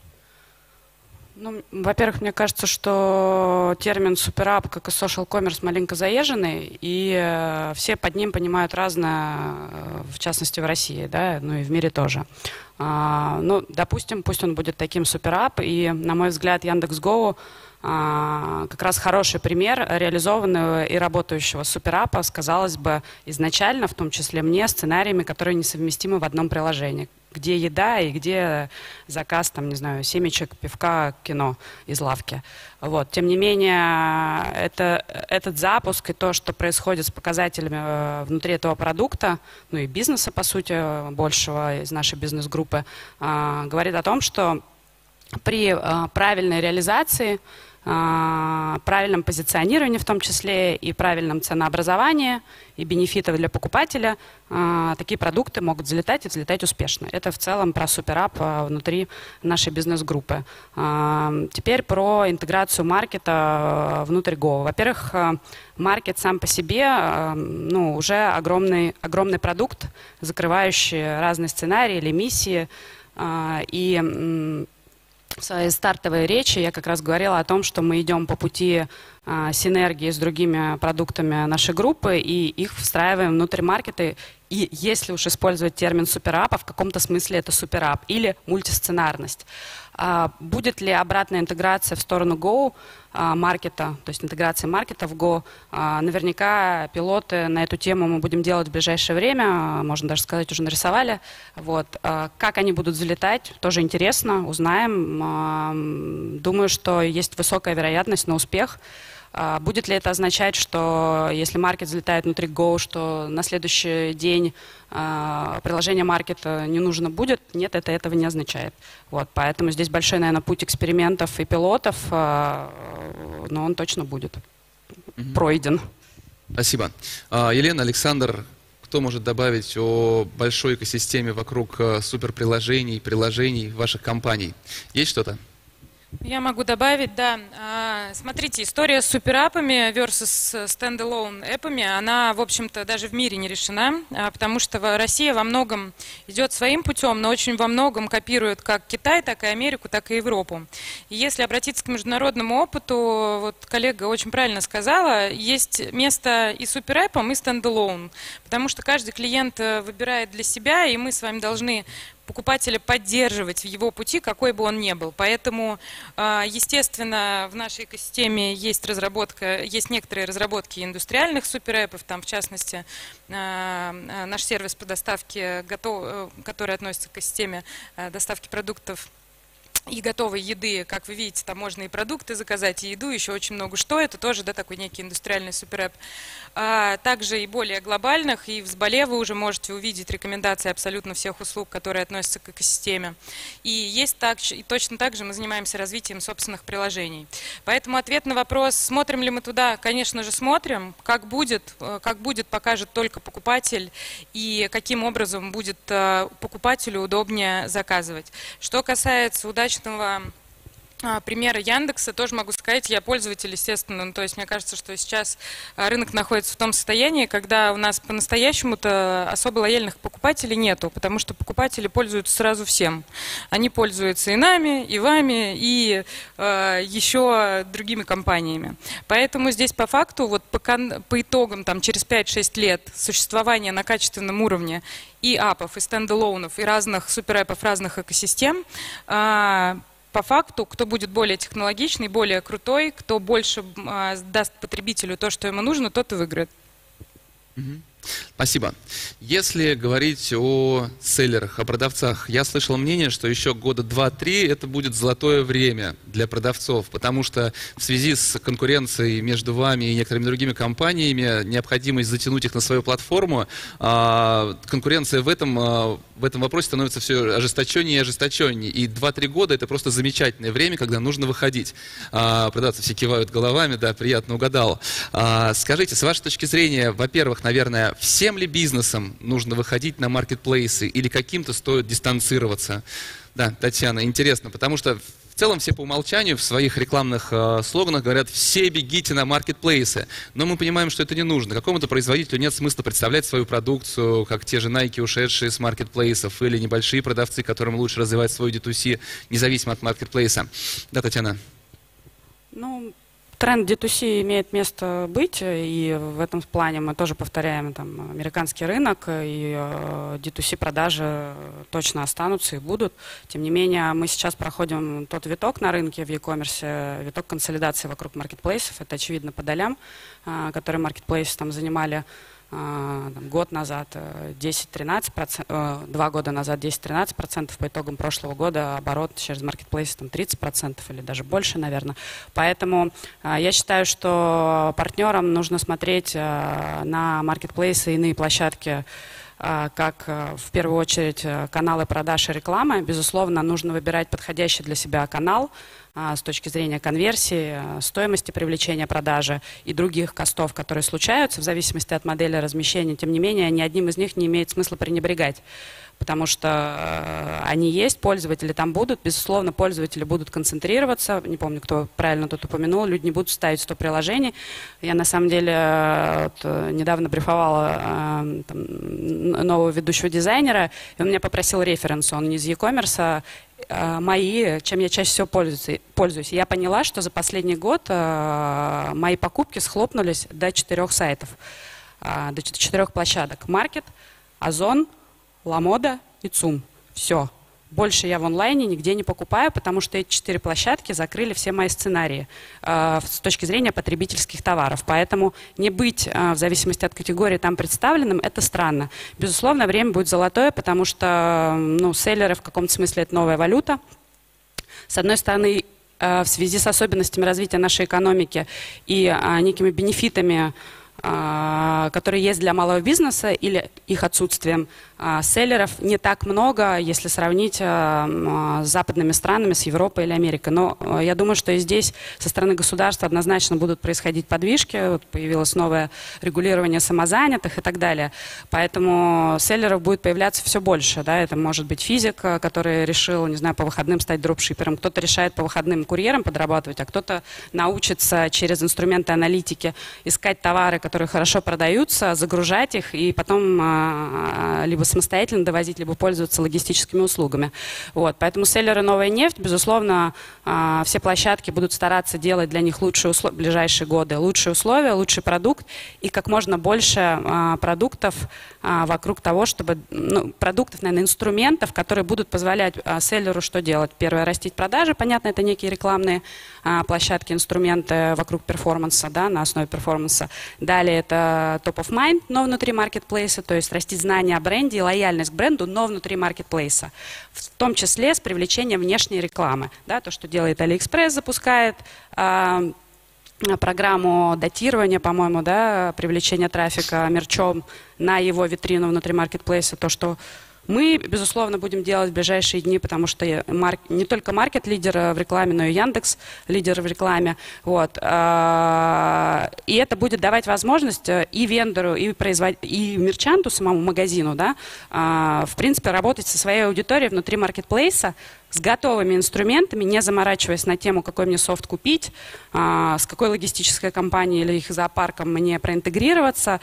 Ну, во-первых, мне кажется, что термин суперап, как и social commerce, маленько заезженный, и э, все под ним понимают разное, э, в частности в России, да, ну и в мире тоже. А, ну, допустим, пусть он будет таким суперап, и, на мой взгляд, Яндекс.Го а, как раз хороший пример реализованного и работающего суперапа, казалось бы, изначально, в том числе мне, сценариями, которые несовместимы в одном приложении. Где еда и где заказ, там, не знаю, семечек, пивка, кино из лавки. Вот. Тем не менее, это, этот запуск и то, что происходит с показателями внутри этого продукта, ну и бизнеса, по сути, большего из нашей бизнес-группы, говорит о том, что при правильной реализации, правильном позиционировании в том числе и правильном ценообразовании и бенефитов для покупателя, такие продукты могут взлетать и взлетать успешно. Это в целом про суперап внутри нашей бизнес-группы. Теперь про интеграцию маркета внутрь Go. Во-первых, маркет сам по себе ну, уже огромный, огромный продукт, закрывающий разные сценарии или миссии. И в своей стартовой речи я как раз говорила о том, что мы идем по пути а, синергии с другими продуктами нашей группы и их встраиваем внутрь маркета. И если уж использовать термин суперапа, в каком-то смысле это суперап или мультисценарность. А, будет ли обратная интеграция в сторону Go а, маркета, то есть интеграция маркета в Go? А, наверняка пилоты на эту тему мы будем делать в ближайшее время, можно даже сказать, уже нарисовали. Вот. А, как они будут взлетать, тоже интересно, узнаем. А, думаю, что есть высокая вероятность на успех. Будет ли это означать, что если маркет взлетает внутри Go, что на следующий день э, приложение маркета не нужно будет? Нет, это этого не означает. Вот, поэтому здесь большой, наверное, путь экспериментов и пилотов, э, но он точно будет mm-hmm. пройден. Спасибо. Елена, Александр, кто может добавить о большой экосистеме вокруг суперприложений, приложений ваших компаний? Есть что-то? Я могу добавить, да. А, Смотрите, история с суперапами versus стендалон эпами, она, в общем-то, даже в мире не решена, а, потому что в- Россия во многом идет своим путем, но очень во многом копирует как Китай, так и Америку, так и Европу. И если обратиться к международному опыту, вот коллега очень правильно сказала, есть место и суперэпам, и стендалон, потому что каждый клиент э, выбирает для себя, и мы с вами должны покупателя поддерживать в его пути, какой бы он ни был. Поэтому, а, естественно, в нашей экосистеме есть разработка, есть некоторые разработки индустриальных суперэпов, там, в частности, а, а, наш сервис по доставке, готов, э, который относится к системе а, доставки продуктов и готовой еды, как вы видите, там можно и продукты заказать, и еду, еще очень много что. Это тоже, да, такой некий индустриальный суперэп. А также и более глобальных, и в Сболе вы уже можете увидеть рекомендации абсолютно всех услуг, которые относятся к экосистеме. И есть так, и точно так же мы занимаемся развитием собственных приложений. Поэтому ответ на вопрос, смотрим ли мы туда, конечно же смотрим. Как будет, э, как будет, покажет только покупатель, и каким образом будет э, покупателю удобнее заказывать. Что касается удачного а, примера Яндекса, тоже могу сказать, я пользователь, естественно, ну, то есть мне кажется, что сейчас а, рынок находится в том состоянии, когда у нас по-настоящему-то особо лояльных покупателей нету, потому что покупатели пользуются сразу всем. Они пользуются и нами, и вами, и э, еще другими компаниями. Поэтому здесь по факту, вот по, кон- по итогам там, через пять-шесть лет существования на качественном уровне и апов, и стендалонов, и разных суперэпов, разных экосистем, а, по факту, кто будет более технологичный, более крутой, кто больше а, даст потребителю то, что ему нужно, тот и выиграет. Мгм. Спасибо. Если говорить о селлерах, о продавцах, я слышал мнение, что еще года два-три это будет золотое время для продавцов, потому что в связи с конкуренцией между вами и некоторыми другими компаниями, необходимость затянуть их на свою платформу, а, конкуренция в этом, а, в этом вопросе становится все ожесточеннее и ожесточеннее. И два-три года это просто замечательное время, когда нужно выходить. А, продавцы все кивают головами, да, приятно угадал. А, скажите, с вашей точки зрения, во-первых, наверное, всем ли бизнесам нужно выходить на маркетплейсы или каким-то стоит дистанцироваться? Да, Татьяна, интересно, потому что в целом все по умолчанию в своих рекламных э, слоганах говорят «все бегите на маркетплейсы», но мы понимаем, что это не нужно. Какому-то производителю нет смысла представлять свою продукцию, как те же Nike, ушедшие с маркетплейсов, или небольшие продавцы, которым лучше развивать свой ди ту си, независимо от маркетплейса. Да, Татьяна? Ну, тренд ди ту си имеет место быть, и в этом плане мы тоже повторяем там, американский рынок, и э, ди ту си продажи точно останутся и будут. Тем не менее, мы сейчас проходим тот виток на рынке в e-commerce, виток консолидации вокруг маркетплейсов. Это очевидно по долям, э, которые маркетплейсы там занимали э, там, год назад десять-тринадцать процентов, э, два года назад десять-тринадцать процентов, по итогам прошлого года оборот через маркетплейсы там тридцать процентов или даже больше, наверное. Поэтому э, я считаю, что партнерам нужно смотреть э, на маркетплейсы и иные площадки э, как э, в первую очередь э, каналы продаж и рекламы. Безусловно, нужно выбирать подходящий для себя канал э, с точки зрения конверсии, э, стоимости привлечения продажи и других костов, которые случаются в зависимости от модели размещения. Тем не менее, ни одним из них не имеет смысла пренебрегать, потому что э, они есть, пользователи там будут. Безусловно, пользователи будут концентрироваться. Не помню, кто правильно тут упомянул, люди не будут ставить сто приложений. Я на самом деле э, вот, э, недавно брифовала э, там, нового ведущего дизайнера, и он меня попросил референс, он не из e-commerce, э, мои, чем я чаще всего пользуюсь. пользуюсь. И я поняла, что за последний год э, мои покупки схлопнулись до четырех сайтов, э, до четырех площадок. Маркет, Озон, Ламода и ЦУМ. Все. Больше я в онлайне нигде не покупаю, потому что эти четыре площадки закрыли все мои сценарии э, с точки зрения потребительских товаров. Поэтому не быть э, в зависимости от категории там представленным, это странно. Безусловно, время будет золотое, потому что ну, селлеры в каком-то смысле это новая валюта. С одной стороны, э, в связи с особенностями развития нашей экономики и э, некими бенефитами которые есть для малого бизнеса или их отсутствием, селлеров не так много, если сравнить с западными странами, с Европой или Америкой. Но я думаю, что и здесь со стороны государства однозначно будут происходить подвижки. Вот появилось новое регулирование самозанятых и так далее. Поэтому селлеров будет появляться все больше. Да? Это может быть физик, который решил, не знаю, по выходным стать дропшипером. Кто-то решает по выходным курьером подрабатывать, а кто-то научится через инструменты аналитики искать товары, которые хорошо продаются, загружать их и потом а, либо самостоятельно довозить, либо пользоваться логистическими услугами. Вот. Поэтому селлеры «Новая нефть», безусловно, а, все площадки будут стараться делать для них лучшие условия в ближайшие годы, лучшие условия, лучший продукт и как можно больше а, продуктов а, вокруг того, чтобы, ну, продуктов, наверное, инструментов, которые будут позволять а, селлеру что делать? Первое, растить продажи, понятно, это некие рекламные а, площадки, инструменты вокруг перформанса, да, на основе перформанса. Далее это top of mind, но внутри маркетплейса, то есть растить знания о бренде и лояльность к бренду, но внутри маркетплейса. В том числе с привлечением внешней рекламы. Да, то, что делает AliExpress, запускает э, программу датирования, по-моему, да, привлечения трафика мерчом на его витрину внутри маркетплейса, то, что мы, безусловно, будем делать в ближайшие дни, потому что марк... не только маркет лидер в рекламе, но и Яндекс лидер в рекламе. Вот. И это будет давать возможность и вендору, и, производ... и мерчанту, самому магазину, да, в принципе, работать со своей аудиторией внутри маркетплейса с готовыми инструментами, не заморачиваясь на тему, какой мне софт купить, с какой логистической компанией или их зоопарком мне проинтегрироваться.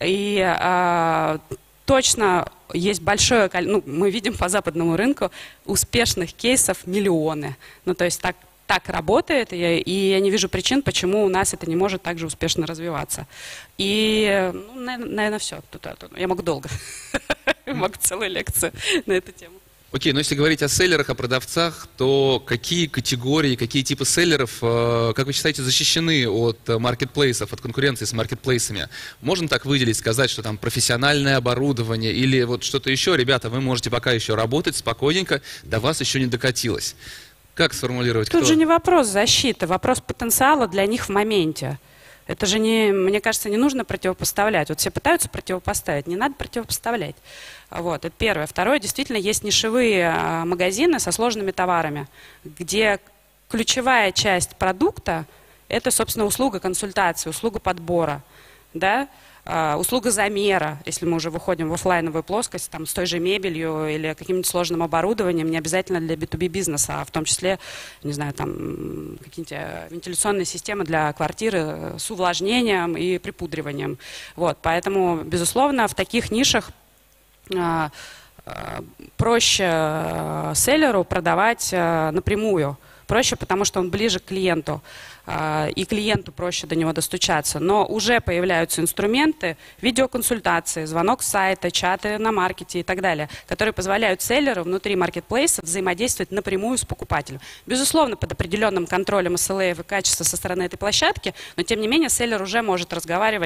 И точно есть большое количество, ну, мы видим по западному рынку успешных кейсов миллионы. Ну, то есть так, так работает, и, и я не вижу причин, почему у нас это не может так же успешно развиваться. И, ну, наверное, все. Тут, тут, я могу долго. Могу целую лекцию на эту тему. Окей, но если говорить о селлерах, о продавцах, то какие категории, какие типы селлеров, как вы считаете, защищены от маркетплейсов, от конкуренции с маркетплейсами? Можно так выделить, сказать, что там профессиональное оборудование или вот что-то еще? Ребята, вы можете пока еще работать спокойненько, до вас еще не докатилось. Как сформулировать? Тут кто? же не вопрос защиты, вопрос потенциала для них в моменте. Это же, не, мне кажется, не нужно противопоставлять. Вот все пытаются противопоставить, не надо противопоставлять. Вот, это первое. Второе, действительно, есть нишевые магазины со сложными товарами, где ключевая часть продукта – это, собственно, услуга консультации, услуга подбора, да? Услуга замера, если мы уже выходим в офлайновую плоскость, там, с той же мебелью или каким-нибудь сложным оборудованием, не обязательно для би ту би бизнеса, а в том числе, не знаю, там, какие-нибудь вентиляционные системы для квартиры с увлажнением и припудриванием. Вот, поэтому, безусловно, в таких нишах а, а, проще а, селлеру продавать а, напрямую. Проще, потому что он ближе к клиенту, и клиенту проще до него достучаться. Но уже появляются инструменты, видеоконсультации, звонок с сайта, чаты на маркете и так далее, которые позволяют селлеру внутри маркетплейса взаимодействовать напрямую с покупателем. Безусловно, под определенным контролем эс эл эй и качества со стороны этой площадки, но тем не менее селлер уже может разговаривать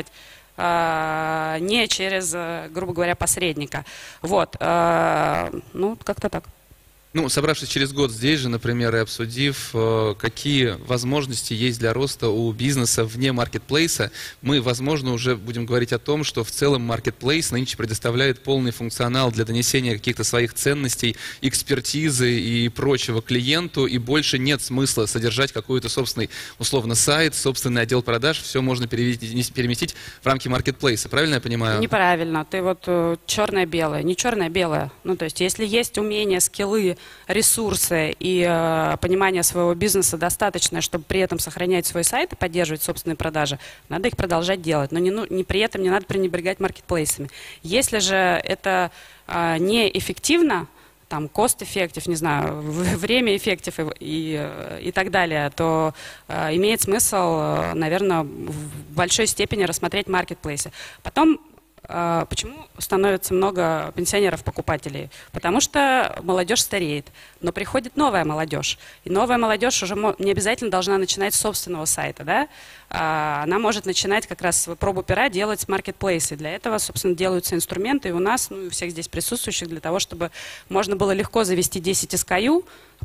э, не через, грубо говоря, посредника. Вот, э, ну, как-то так. Ну, собравшись через год здесь же, например, и обсудив, какие возможности есть для роста у бизнеса вне маркетплейса, мы, возможно, уже будем говорить о том, что в целом маркетплейс нынче предоставляет полный функционал для донесения каких-то своих ценностей, экспертизы и прочего клиенту, и больше нет смысла содержать какой-то собственный, условно, сайт, собственный отдел продаж, все можно переместить, переместить в рамки маркетплейса. Правильно я понимаю? Неправильно. Ты вот черное-белое, не черное-белое. Ну, то есть, если есть умения, скиллы, ресурсы и э, понимание своего бизнеса достаточное, чтобы при этом сохранять свой сайт и поддерживать собственные продажи, надо их продолжать делать. Но не, ну, не при этом не надо пренебрегать маркетплейсами. Если же это э, неэффективно, там, cost-effective, не знаю, время effective и, и, и так далее, то э, имеет смысл, э, наверное, в большой степени рассмотреть маркетплейсы. Потом, почему становится много пенсионеров-покупателей? Потому что молодежь стареет, но приходит новая молодежь. И новая молодежь уже не обязательно должна начинать с собственного сайта, да? Она может начинать как раз пробу пера делать с маркетплейса. Для этого, собственно, делаются инструменты и у нас, ну и у всех здесь присутствующих, для того, чтобы можно было легко завести десять эс кей ю,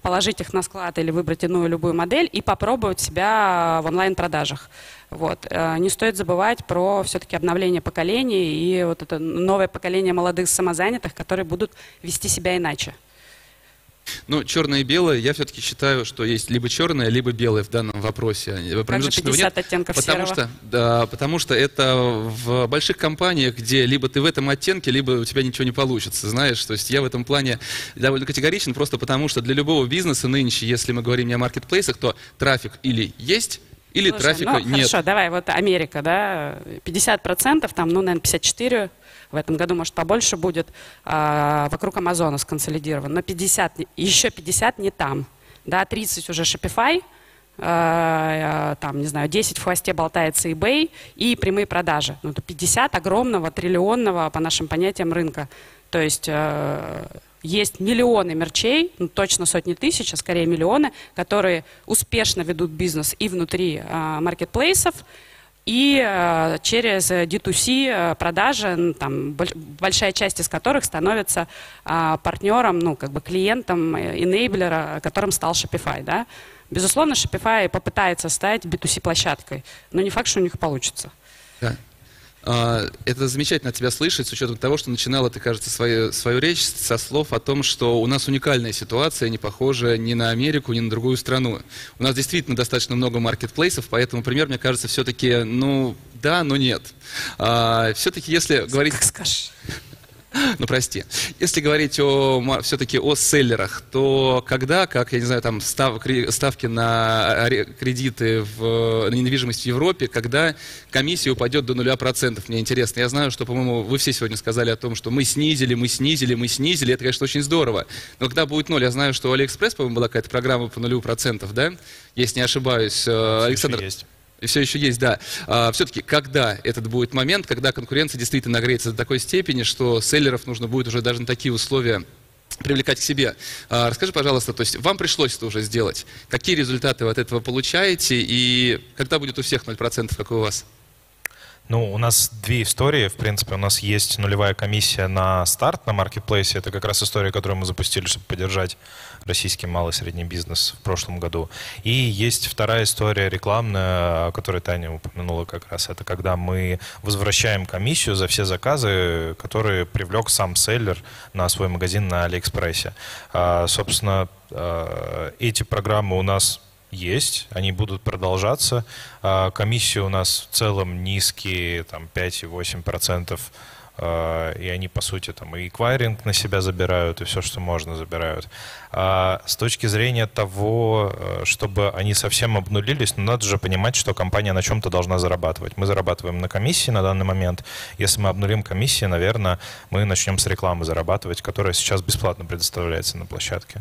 положить их на склад или выбрать иную любую модель и попробовать себя в онлайн-продажах. Вот. Не стоит забывать про все-таки обновление поколений и вот это новое поколение молодых самозанятых, которые будут вести себя иначе. Ну, черное и белое, я все-таки считаю, что есть либо черное, либо белое в данном вопросе. Как же пятьдесят оттенков потому серого? Что, да, потому что это в больших компаниях, где либо ты в этом оттенке, либо у тебя ничего не получится, знаешь. То есть я в этом плане довольно категоричен, просто потому что для любого бизнеса нынче, если мы говорим не о маркетплейсах, то трафик или есть, или Слушай, трафика ну, нет. Хорошо, давай, вот Америка, да, пятьдесят процентов, там, ну, наверное, пятьдесят четыре процента. В этом году, может, побольше будет, а, вокруг Амазона сконсолидирован. Но пятьдесят, еще пятьдесят не там. Да, тридцать уже Shopify, а, там, не знаю, десять в хвосте болтается eBay и прямые продажи. Ну, это пятьдесят огромного, триллионного, по нашим понятиям, рынка. То есть а, есть миллионы мерчей, ну, точно сотни тысяч, а скорее миллионы, которые успешно ведут бизнес и внутри а, маркетплейсов, и э, через ди ту си э, продажи, ну, там, больш, большая часть из которых становится э, партнером, ну, как бы клиентом, энейблера, которым стал Shopify, да. Безусловно, Shopify попытается стать би ту си-площадкой, но не факт, что у них получится. Да. Это замечательно от тебя слышать, с учетом того, что начинала ты, кажется, свою, свою речь со слов о том, что у нас уникальная ситуация, не похожая ни на Америку, ни на другую страну. У нас действительно достаточно много маркетплейсов, поэтому пример, мне кажется, все-таки, ну, да, но нет. А, все-таки, если говорить... Как скажешь. Ну, прости. Если говорить о, все-таки о селлерах, то когда, как, я не знаю, там став, ставки на кредиты в, на недвижимость в Европе, когда комиссия упадет до нуля процентов, мне интересно. Я знаю, что, по-моему, вы все сегодня сказали о том, что мы снизили, мы снизили, мы снизили. Это, конечно, очень здорово. Но когда будет ноль, я знаю, что у AliExpress, по-моему, была какая-то программа по нулю процентов, да? Если не ошибаюсь. Да, Александр... есть. И все еще есть, да. А, все-таки, когда этот будет момент, когда конкуренция действительно нагреется до такой степени, что селлеров нужно будет уже даже на такие условия привлекать к себе. А, расскажи, пожалуйста, то есть вам пришлось это уже сделать. Какие результаты вы от этого получаете и когда будет у всех ноль процентов, как и у вас? Ну, у нас две истории. В принципе, у нас есть нулевая комиссия на старт на маркетплейсе. Это как раз история, которую мы запустили, чтобы поддержать российский малый и средний бизнес в прошлом году. И есть вторая история рекламная, о которой Таня упомянула как раз. Это когда мы возвращаем комиссию за все заказы, которые привлек сам селлер на свой магазин на Алиэкспрессе. А, собственно, эти программы у нас есть, они будут продолжаться. Комиссии у нас в целом низкие, там пять и восемь процентов, и они, по сути, там и эквайринг на себя забирают, и все, что можно, забирают. А с точки зрения того, чтобы они совсем обнулились, ну, надо же понимать, что компания на чем-то должна зарабатывать. Мы зарабатываем на комиссии на данный момент. Если мы обнулим комиссии, наверное, мы начнем с рекламы зарабатывать, которая сейчас бесплатно предоставляется на площадке.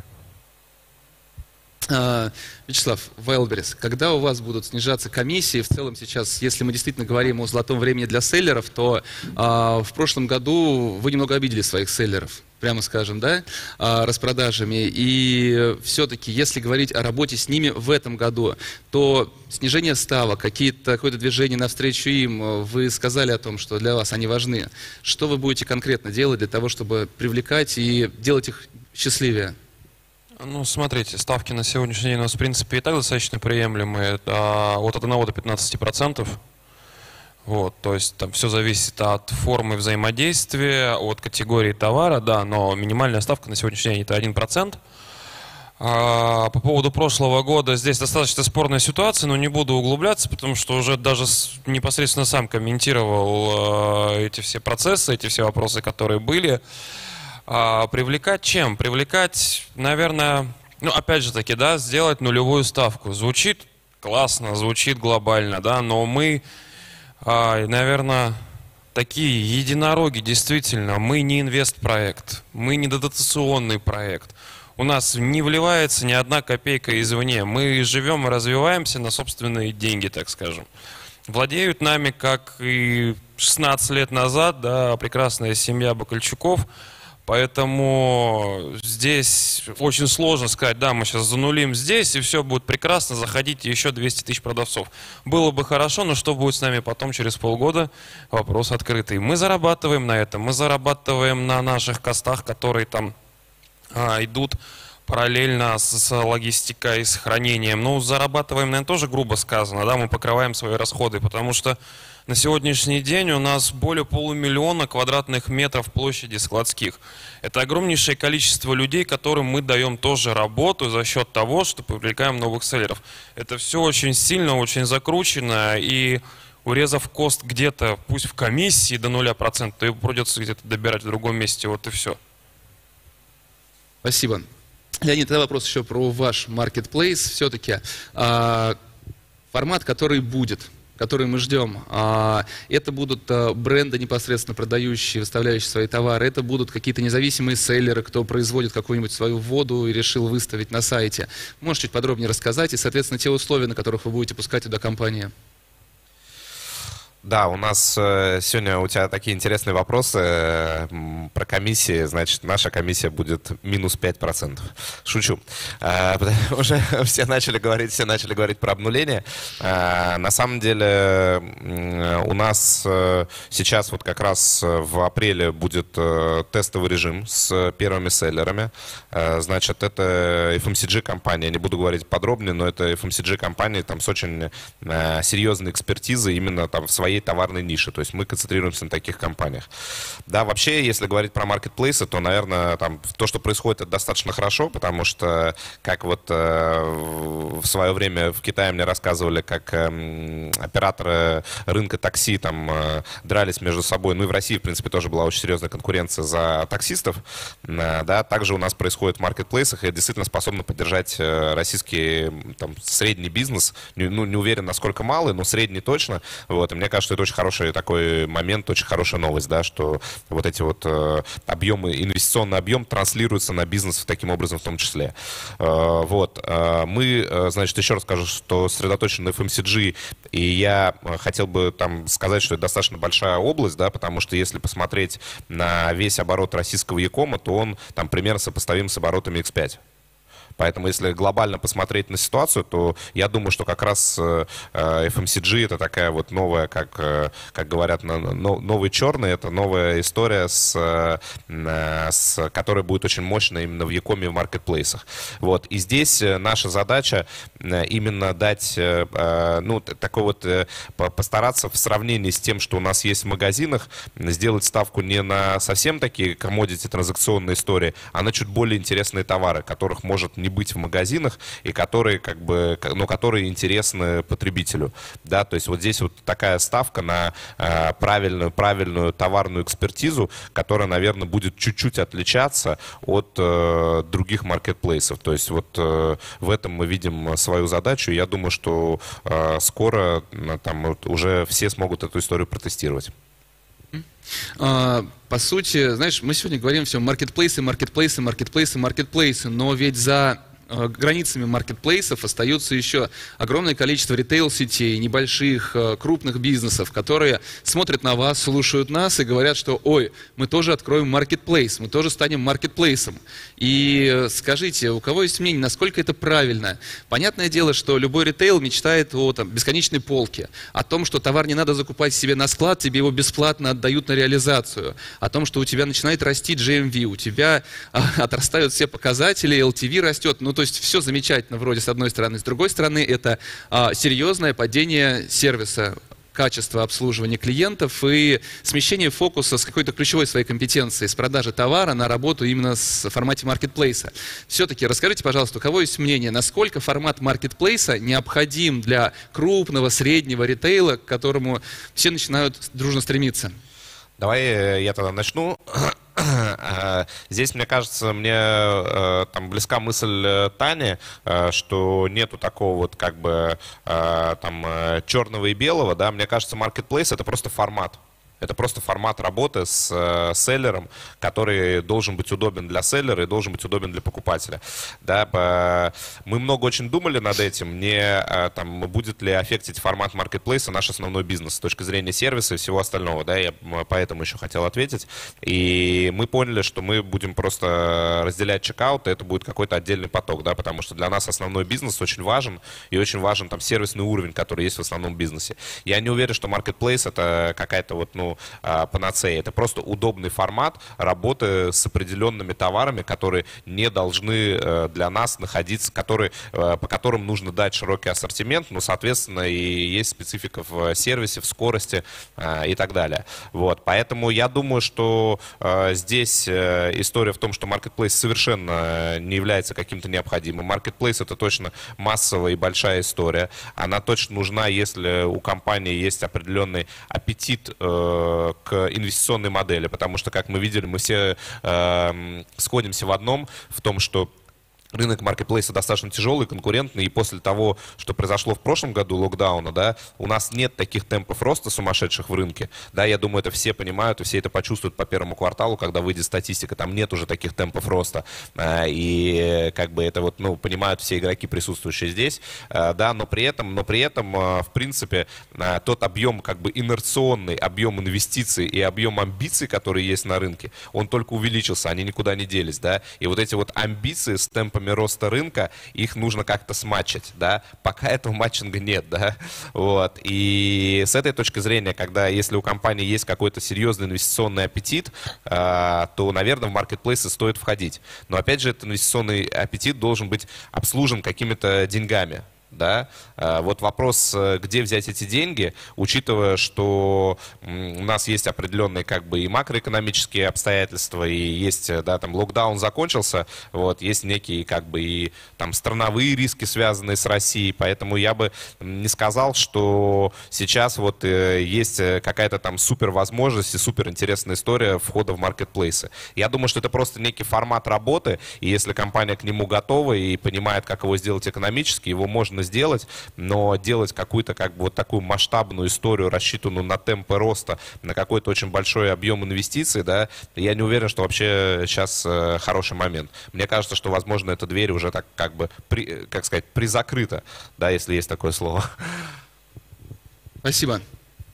Вячеслав, Wildberries, когда у вас будут снижаться комиссии? В целом сейчас, если мы действительно говорим о золотом времени для селлеров, то а, в прошлом году вы немного обидели своих селлеров, прямо скажем, да, а, распродажами. И все-таки, если говорить о работе с ними в этом году, то снижение ставок, какие-то, какое-то движение навстречу им, вы сказали о том, что для вас они важны. Что вы будете конкретно делать для того, чтобы привлекать и делать их счастливее? Ну, смотрите, ставки на сегодняшний день у нас, в принципе, и так достаточно приемлемые. Это от одного до пятнадцати процентов. Вот, то есть там все зависит от формы взаимодействия, от категории товара, да, но минимальная ставка на сегодняшний день это один процент. А по поводу прошлого года здесь достаточно спорная ситуация, но не буду углубляться, потому что уже даже непосредственно сам комментировал э, эти все процессы, эти все вопросы, которые были. А, привлекать чем? Привлекать, наверное, ну, опять же таки, да, сделать нулевую ставку. Звучит классно, звучит глобально, да, но мы, а, наверное, такие единороги, действительно, мы не инвестпроект, мы не дотационный проект. У нас не вливается ни одна копейка извне. Мы живем и развиваемся на собственные деньги, так скажем. Владеют нами, как и шестнадцать лет назад, да, прекрасная семья Бакальчуков. Поэтому здесь очень сложно сказать, да, мы сейчас занулим здесь, и все будет прекрасно, заходите, еще двести тысяч продавцов. Было бы хорошо, но что будет с нами потом, через полгода, вопрос открытый. Мы зарабатываем на этом, мы зарабатываем на наших костах, которые там а, идут параллельно с, с логистикой, с хранением. Ну, зарабатываем, наверное, тоже грубо сказано, да, мы покрываем свои расходы, потому что на сегодняшний день у нас более полумиллиона квадратных метров площади складских. Это огромнейшее количество людей, которым мы даем тоже работу за счет того, что привлекаем новых селлеров. Это все очень сильно, очень закручено, и урезав кост где-то, пусть в комиссии до нуля процентов, то его придется где-то добирать в другом месте, вот и все. Спасибо. Леонид, тогда вопрос еще про ваш маркетплейс. Все-таки а, формат, который будет, который мы ждем, а, это будут а, бренды, непосредственно продающие, выставляющие свои товары, это будут какие-то независимые селлеры, кто производит какую-нибудь свою воду и решил выставить на сайте. Можешь чуть подробнее рассказать и, соответственно, те условия, на которых вы будете пускать туда компании? Да, у нас э, сегодня у тебя такие интересные вопросы э, про комиссии. Значит, наша комиссия будет минус пять процентов. Шучу. Э, уже все начали говорить, все начали говорить про обнуление. Э, на самом деле э, у нас э, сейчас вот как раз в апреле будет э, тестовый режим с первыми селлерами. Э, значит, это эф эм си джи-компания, не буду говорить подробнее, но это эф эм си джи-компания там, с очень э, серьезной экспертизой именно там в своей товарной ниши, то есть мы концентрируемся на таких компаниях. Да, вообще, если говорить про маркетплейсы, то, наверное, там то, что происходит, это достаточно хорошо, потому что, как вот э, в свое время в Китае мне рассказывали, как э, операторы рынка такси там э, дрались между собой, ну и в России, в принципе, тоже была очень серьезная конкуренция за таксистов, э, да, также у нас происходит в маркетплейсах, и это действительно способно поддержать э, российский там, средний бизнес, не, ну, не уверен, насколько малый, но средний точно, вот, и мне кажется, что это очень хороший такой момент, очень хорошая новость, да, что вот эти вот э, объемы, инвестиционный объем транслируется на бизнес таким образом в том числе. Э, вот. Э, мы, э, значит, еще раз скажу, что сосредоточены на эф эм си джи, и я хотел бы там сказать, что это достаточно большая область, да, потому что если посмотреть на весь оборот российского e-кома, то он там примерно сопоставим с оборотами икс пять. Поэтому, если глобально посмотреть на ситуацию, то я думаю, что как раз эф эм си джи это такая вот новая, как, как говорят, новый черный, это новая история, с, с которой будет очень мощная именно в e-коме и в маркетплейсах. Вот. И здесь наша задача именно дать, ну, такой вот, постараться в сравнении с тем, что у нас есть в магазинах, сделать ставку не на совсем такие commodity транзакционные истории, а на чуть более интересные товары, которых может не быть в магазинах и которые как бы, но которые интересны потребителю, да, то есть вот здесь вот такая ставка на э, правильную правильную товарную экспертизу, которая, наверное, будет чуть-чуть отличаться от э, других маркетплейсов, то есть вот э, в этом мы видим свою задачу, и я думаю, что э, скоро э, там вот, уже все смогут эту историю протестировать. По сути, знаешь, мы сегодня говорим все маркетплейсы, маркетплейсы, маркетплейсы, маркетплейсы, но ведь за границами маркетплейсов остается еще огромное количество ритейл-сетей, небольших, крупных бизнесов, которые смотрят на вас, слушают нас и говорят, что ой, мы тоже откроем маркетплейс, мы тоже станем маркетплейсом. И скажите, у кого есть мнение, насколько это правильно? Понятное дело, что любой ритейл мечтает о там, бесконечной полке, о том, что товар не надо закупать себе на склад, тебе его бесплатно отдают на реализацию, о том, что у тебя начинает расти джи эм ви, у тебя а, отрастают все показатели, эл ти ви растет, ну то есть все замечательно вроде с одной стороны, с другой стороны это а, серьезное падение сервиса, качества обслуживания клиентов и смещение фокуса с какой-то ключевой своей компетенции, с продажи товара на работу именно в формате маркетплейса. Все-таки расскажите, пожалуйста, у кого есть мнение, насколько формат маркетплейса необходим для крупного, среднего ритейла, к которому все начинают дружно стремиться? Давай я тогда начну. Здесь, мне кажется, мне там близка мысль Тани, что нету такого вот как бы там черного и белого, да, мне кажется, маркетплейс это просто формат. Это просто формат работы с э, селлером, который должен быть удобен для селлера и должен быть удобен для покупателя. Да, по, мы много очень думали над этим, не, э, там, будет ли аффектить формат маркетплейса наш основной бизнес с точки зрения сервиса и всего остального. Да, я поэтому еще хотел ответить. И мы поняли, что мы будем просто разделять чекаут, и это будет какой-то отдельный поток, да, потому что для нас основной бизнес очень важен, и очень важен там сервисный уровень, который есть в основном бизнесе. Я не уверен, что маркетплейс это какая-то вот, ну, ну, панацея. Это просто удобный формат работы с определенными товарами, которые не должны для нас находиться, которые, по которым нужно дать широкий ассортимент, но, соответственно, и есть специфика в сервисе, в скорости и так далее. Вот. Поэтому я думаю, что здесь история в том, что Marketplace совершенно не является каким-то необходимым. Marketplace — это точно массовая и большая история. Она точно нужна, если у компании есть определенный аппетит э, к инвестиционной модели, потому что, как мы видели, мы все э, сходимся в одном, в том, что рынок маркетплейса достаточно тяжелый, конкурентный, и после того, что произошло в прошлом году, локдауна, да, у нас нет таких темпов роста сумасшедших в рынке, да, я думаю, это все понимают, и все это почувствуют по первому кварталу, когда выйдет статистика, там нет уже таких темпов роста, и как бы это вот, ну, понимают все игроки, присутствующие здесь, да, но при этом, но при этом, в принципе, тот объем, как бы, инерционный объем инвестиций и объем амбиций, которые есть на рынке, он только увеличился, они никуда не делись, да, и вот эти вот амбиции с темпом роста рынка, их нужно как-то сматчить, да, пока этого матчинга нет, да, вот, и с этой точки зрения, когда, если у компании есть какой-то серьезный инвестиционный аппетит, э, то, наверное, в маркетплейсы стоит входить, но, опять же, этот инвестиционный аппетит должен быть обслужен какими-то деньгами, да, вот вопрос, где взять эти деньги, учитывая, что у нас есть определенные, как бы, и макроэкономические обстоятельства, и есть, да, там локдаун закончился, вот, есть некие, как бы, и там страновые риски, связанные с Россией, поэтому я бы не сказал, что сейчас вот есть какая-то там супер возможность и супер интересная история входа в маркетплейсы. Я думаю, что это просто некий формат работы, и если компания к нему готова и понимает, как его сделать экономически, его можно сделать, но делать какую-то, как бы, вот такую масштабную историю, рассчитанную на темпы роста, на какой-то очень большой объем инвестиций, да, я не уверен, что вообще сейчас э, хороший момент. Мне кажется, что, возможно, эта дверь уже так, как бы, при, как сказать, призакрыта, да, если есть такое слово. Спасибо.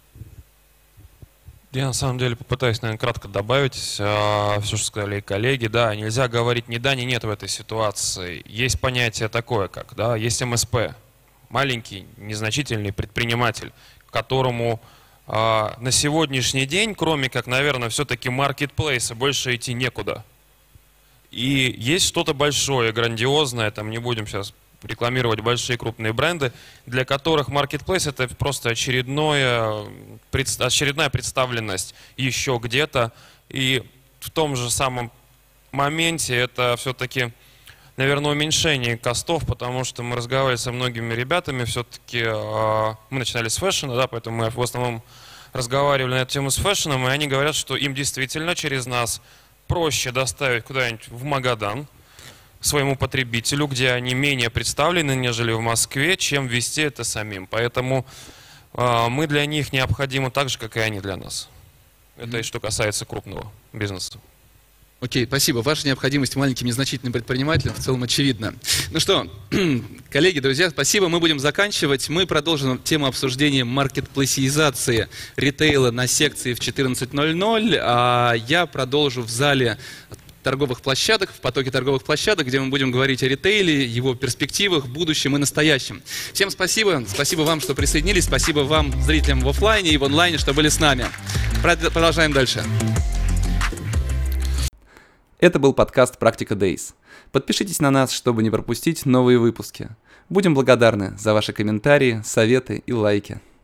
Я на самом деле попытаюсь, наверное, кратко добавить э, все, что сказали коллеги. Да, нельзя говорить ни да, ни нет в этой ситуации. Есть понятие такое, как, да, есть эм эс пэ, маленький, незначительный предприниматель, которому э, на сегодняшний день, кроме как, наверное, все-таки маркетплейса, больше идти некуда. И есть что-то большое, грандиозное, там не будем сейчас рекламировать большие крупные бренды, для которых Marketplace — это просто очередное, очередная представленность еще где-то. И в том же самом моменте это все-таки, наверное, уменьшение костов, потому что мы разговаривали со многими ребятами, все-таки э, мы начинали с фэшна, да, поэтому мы в основном разговаривали на эту тему с фэшном, и они говорят, что им действительно через нас проще доставить куда-нибудь в Магадан своему потребителю, где они менее представлены, нежели в Москве, чем вести это самим. Поэтому э, мы для них необходимы так же, как и они для нас. Это и что касается крупного бизнеса. Окей, спасибо. Ваша необходимость маленьким незначительным предпринимателям в целом очевидна. Ну что, коллеги, друзья, спасибо. Мы будем заканчивать. Мы продолжим тему обсуждения маркетплейсизации ритейла на секции в четырнадцать ноль ноль. А я продолжу в зале торговых площадок, в потоке торговых площадок, где мы будем говорить о ритейле, его перспективах, будущем и настоящем. Всем спасибо. Спасибо вам, что присоединились. Спасибо вам, зрителям в офлайне и в онлайне, что были с нами. Продолжаем дальше. Это был подкаст «Практика Days». Подпишитесь на нас, чтобы не пропустить новые выпуски. Будем благодарны за ваши комментарии, советы и лайки.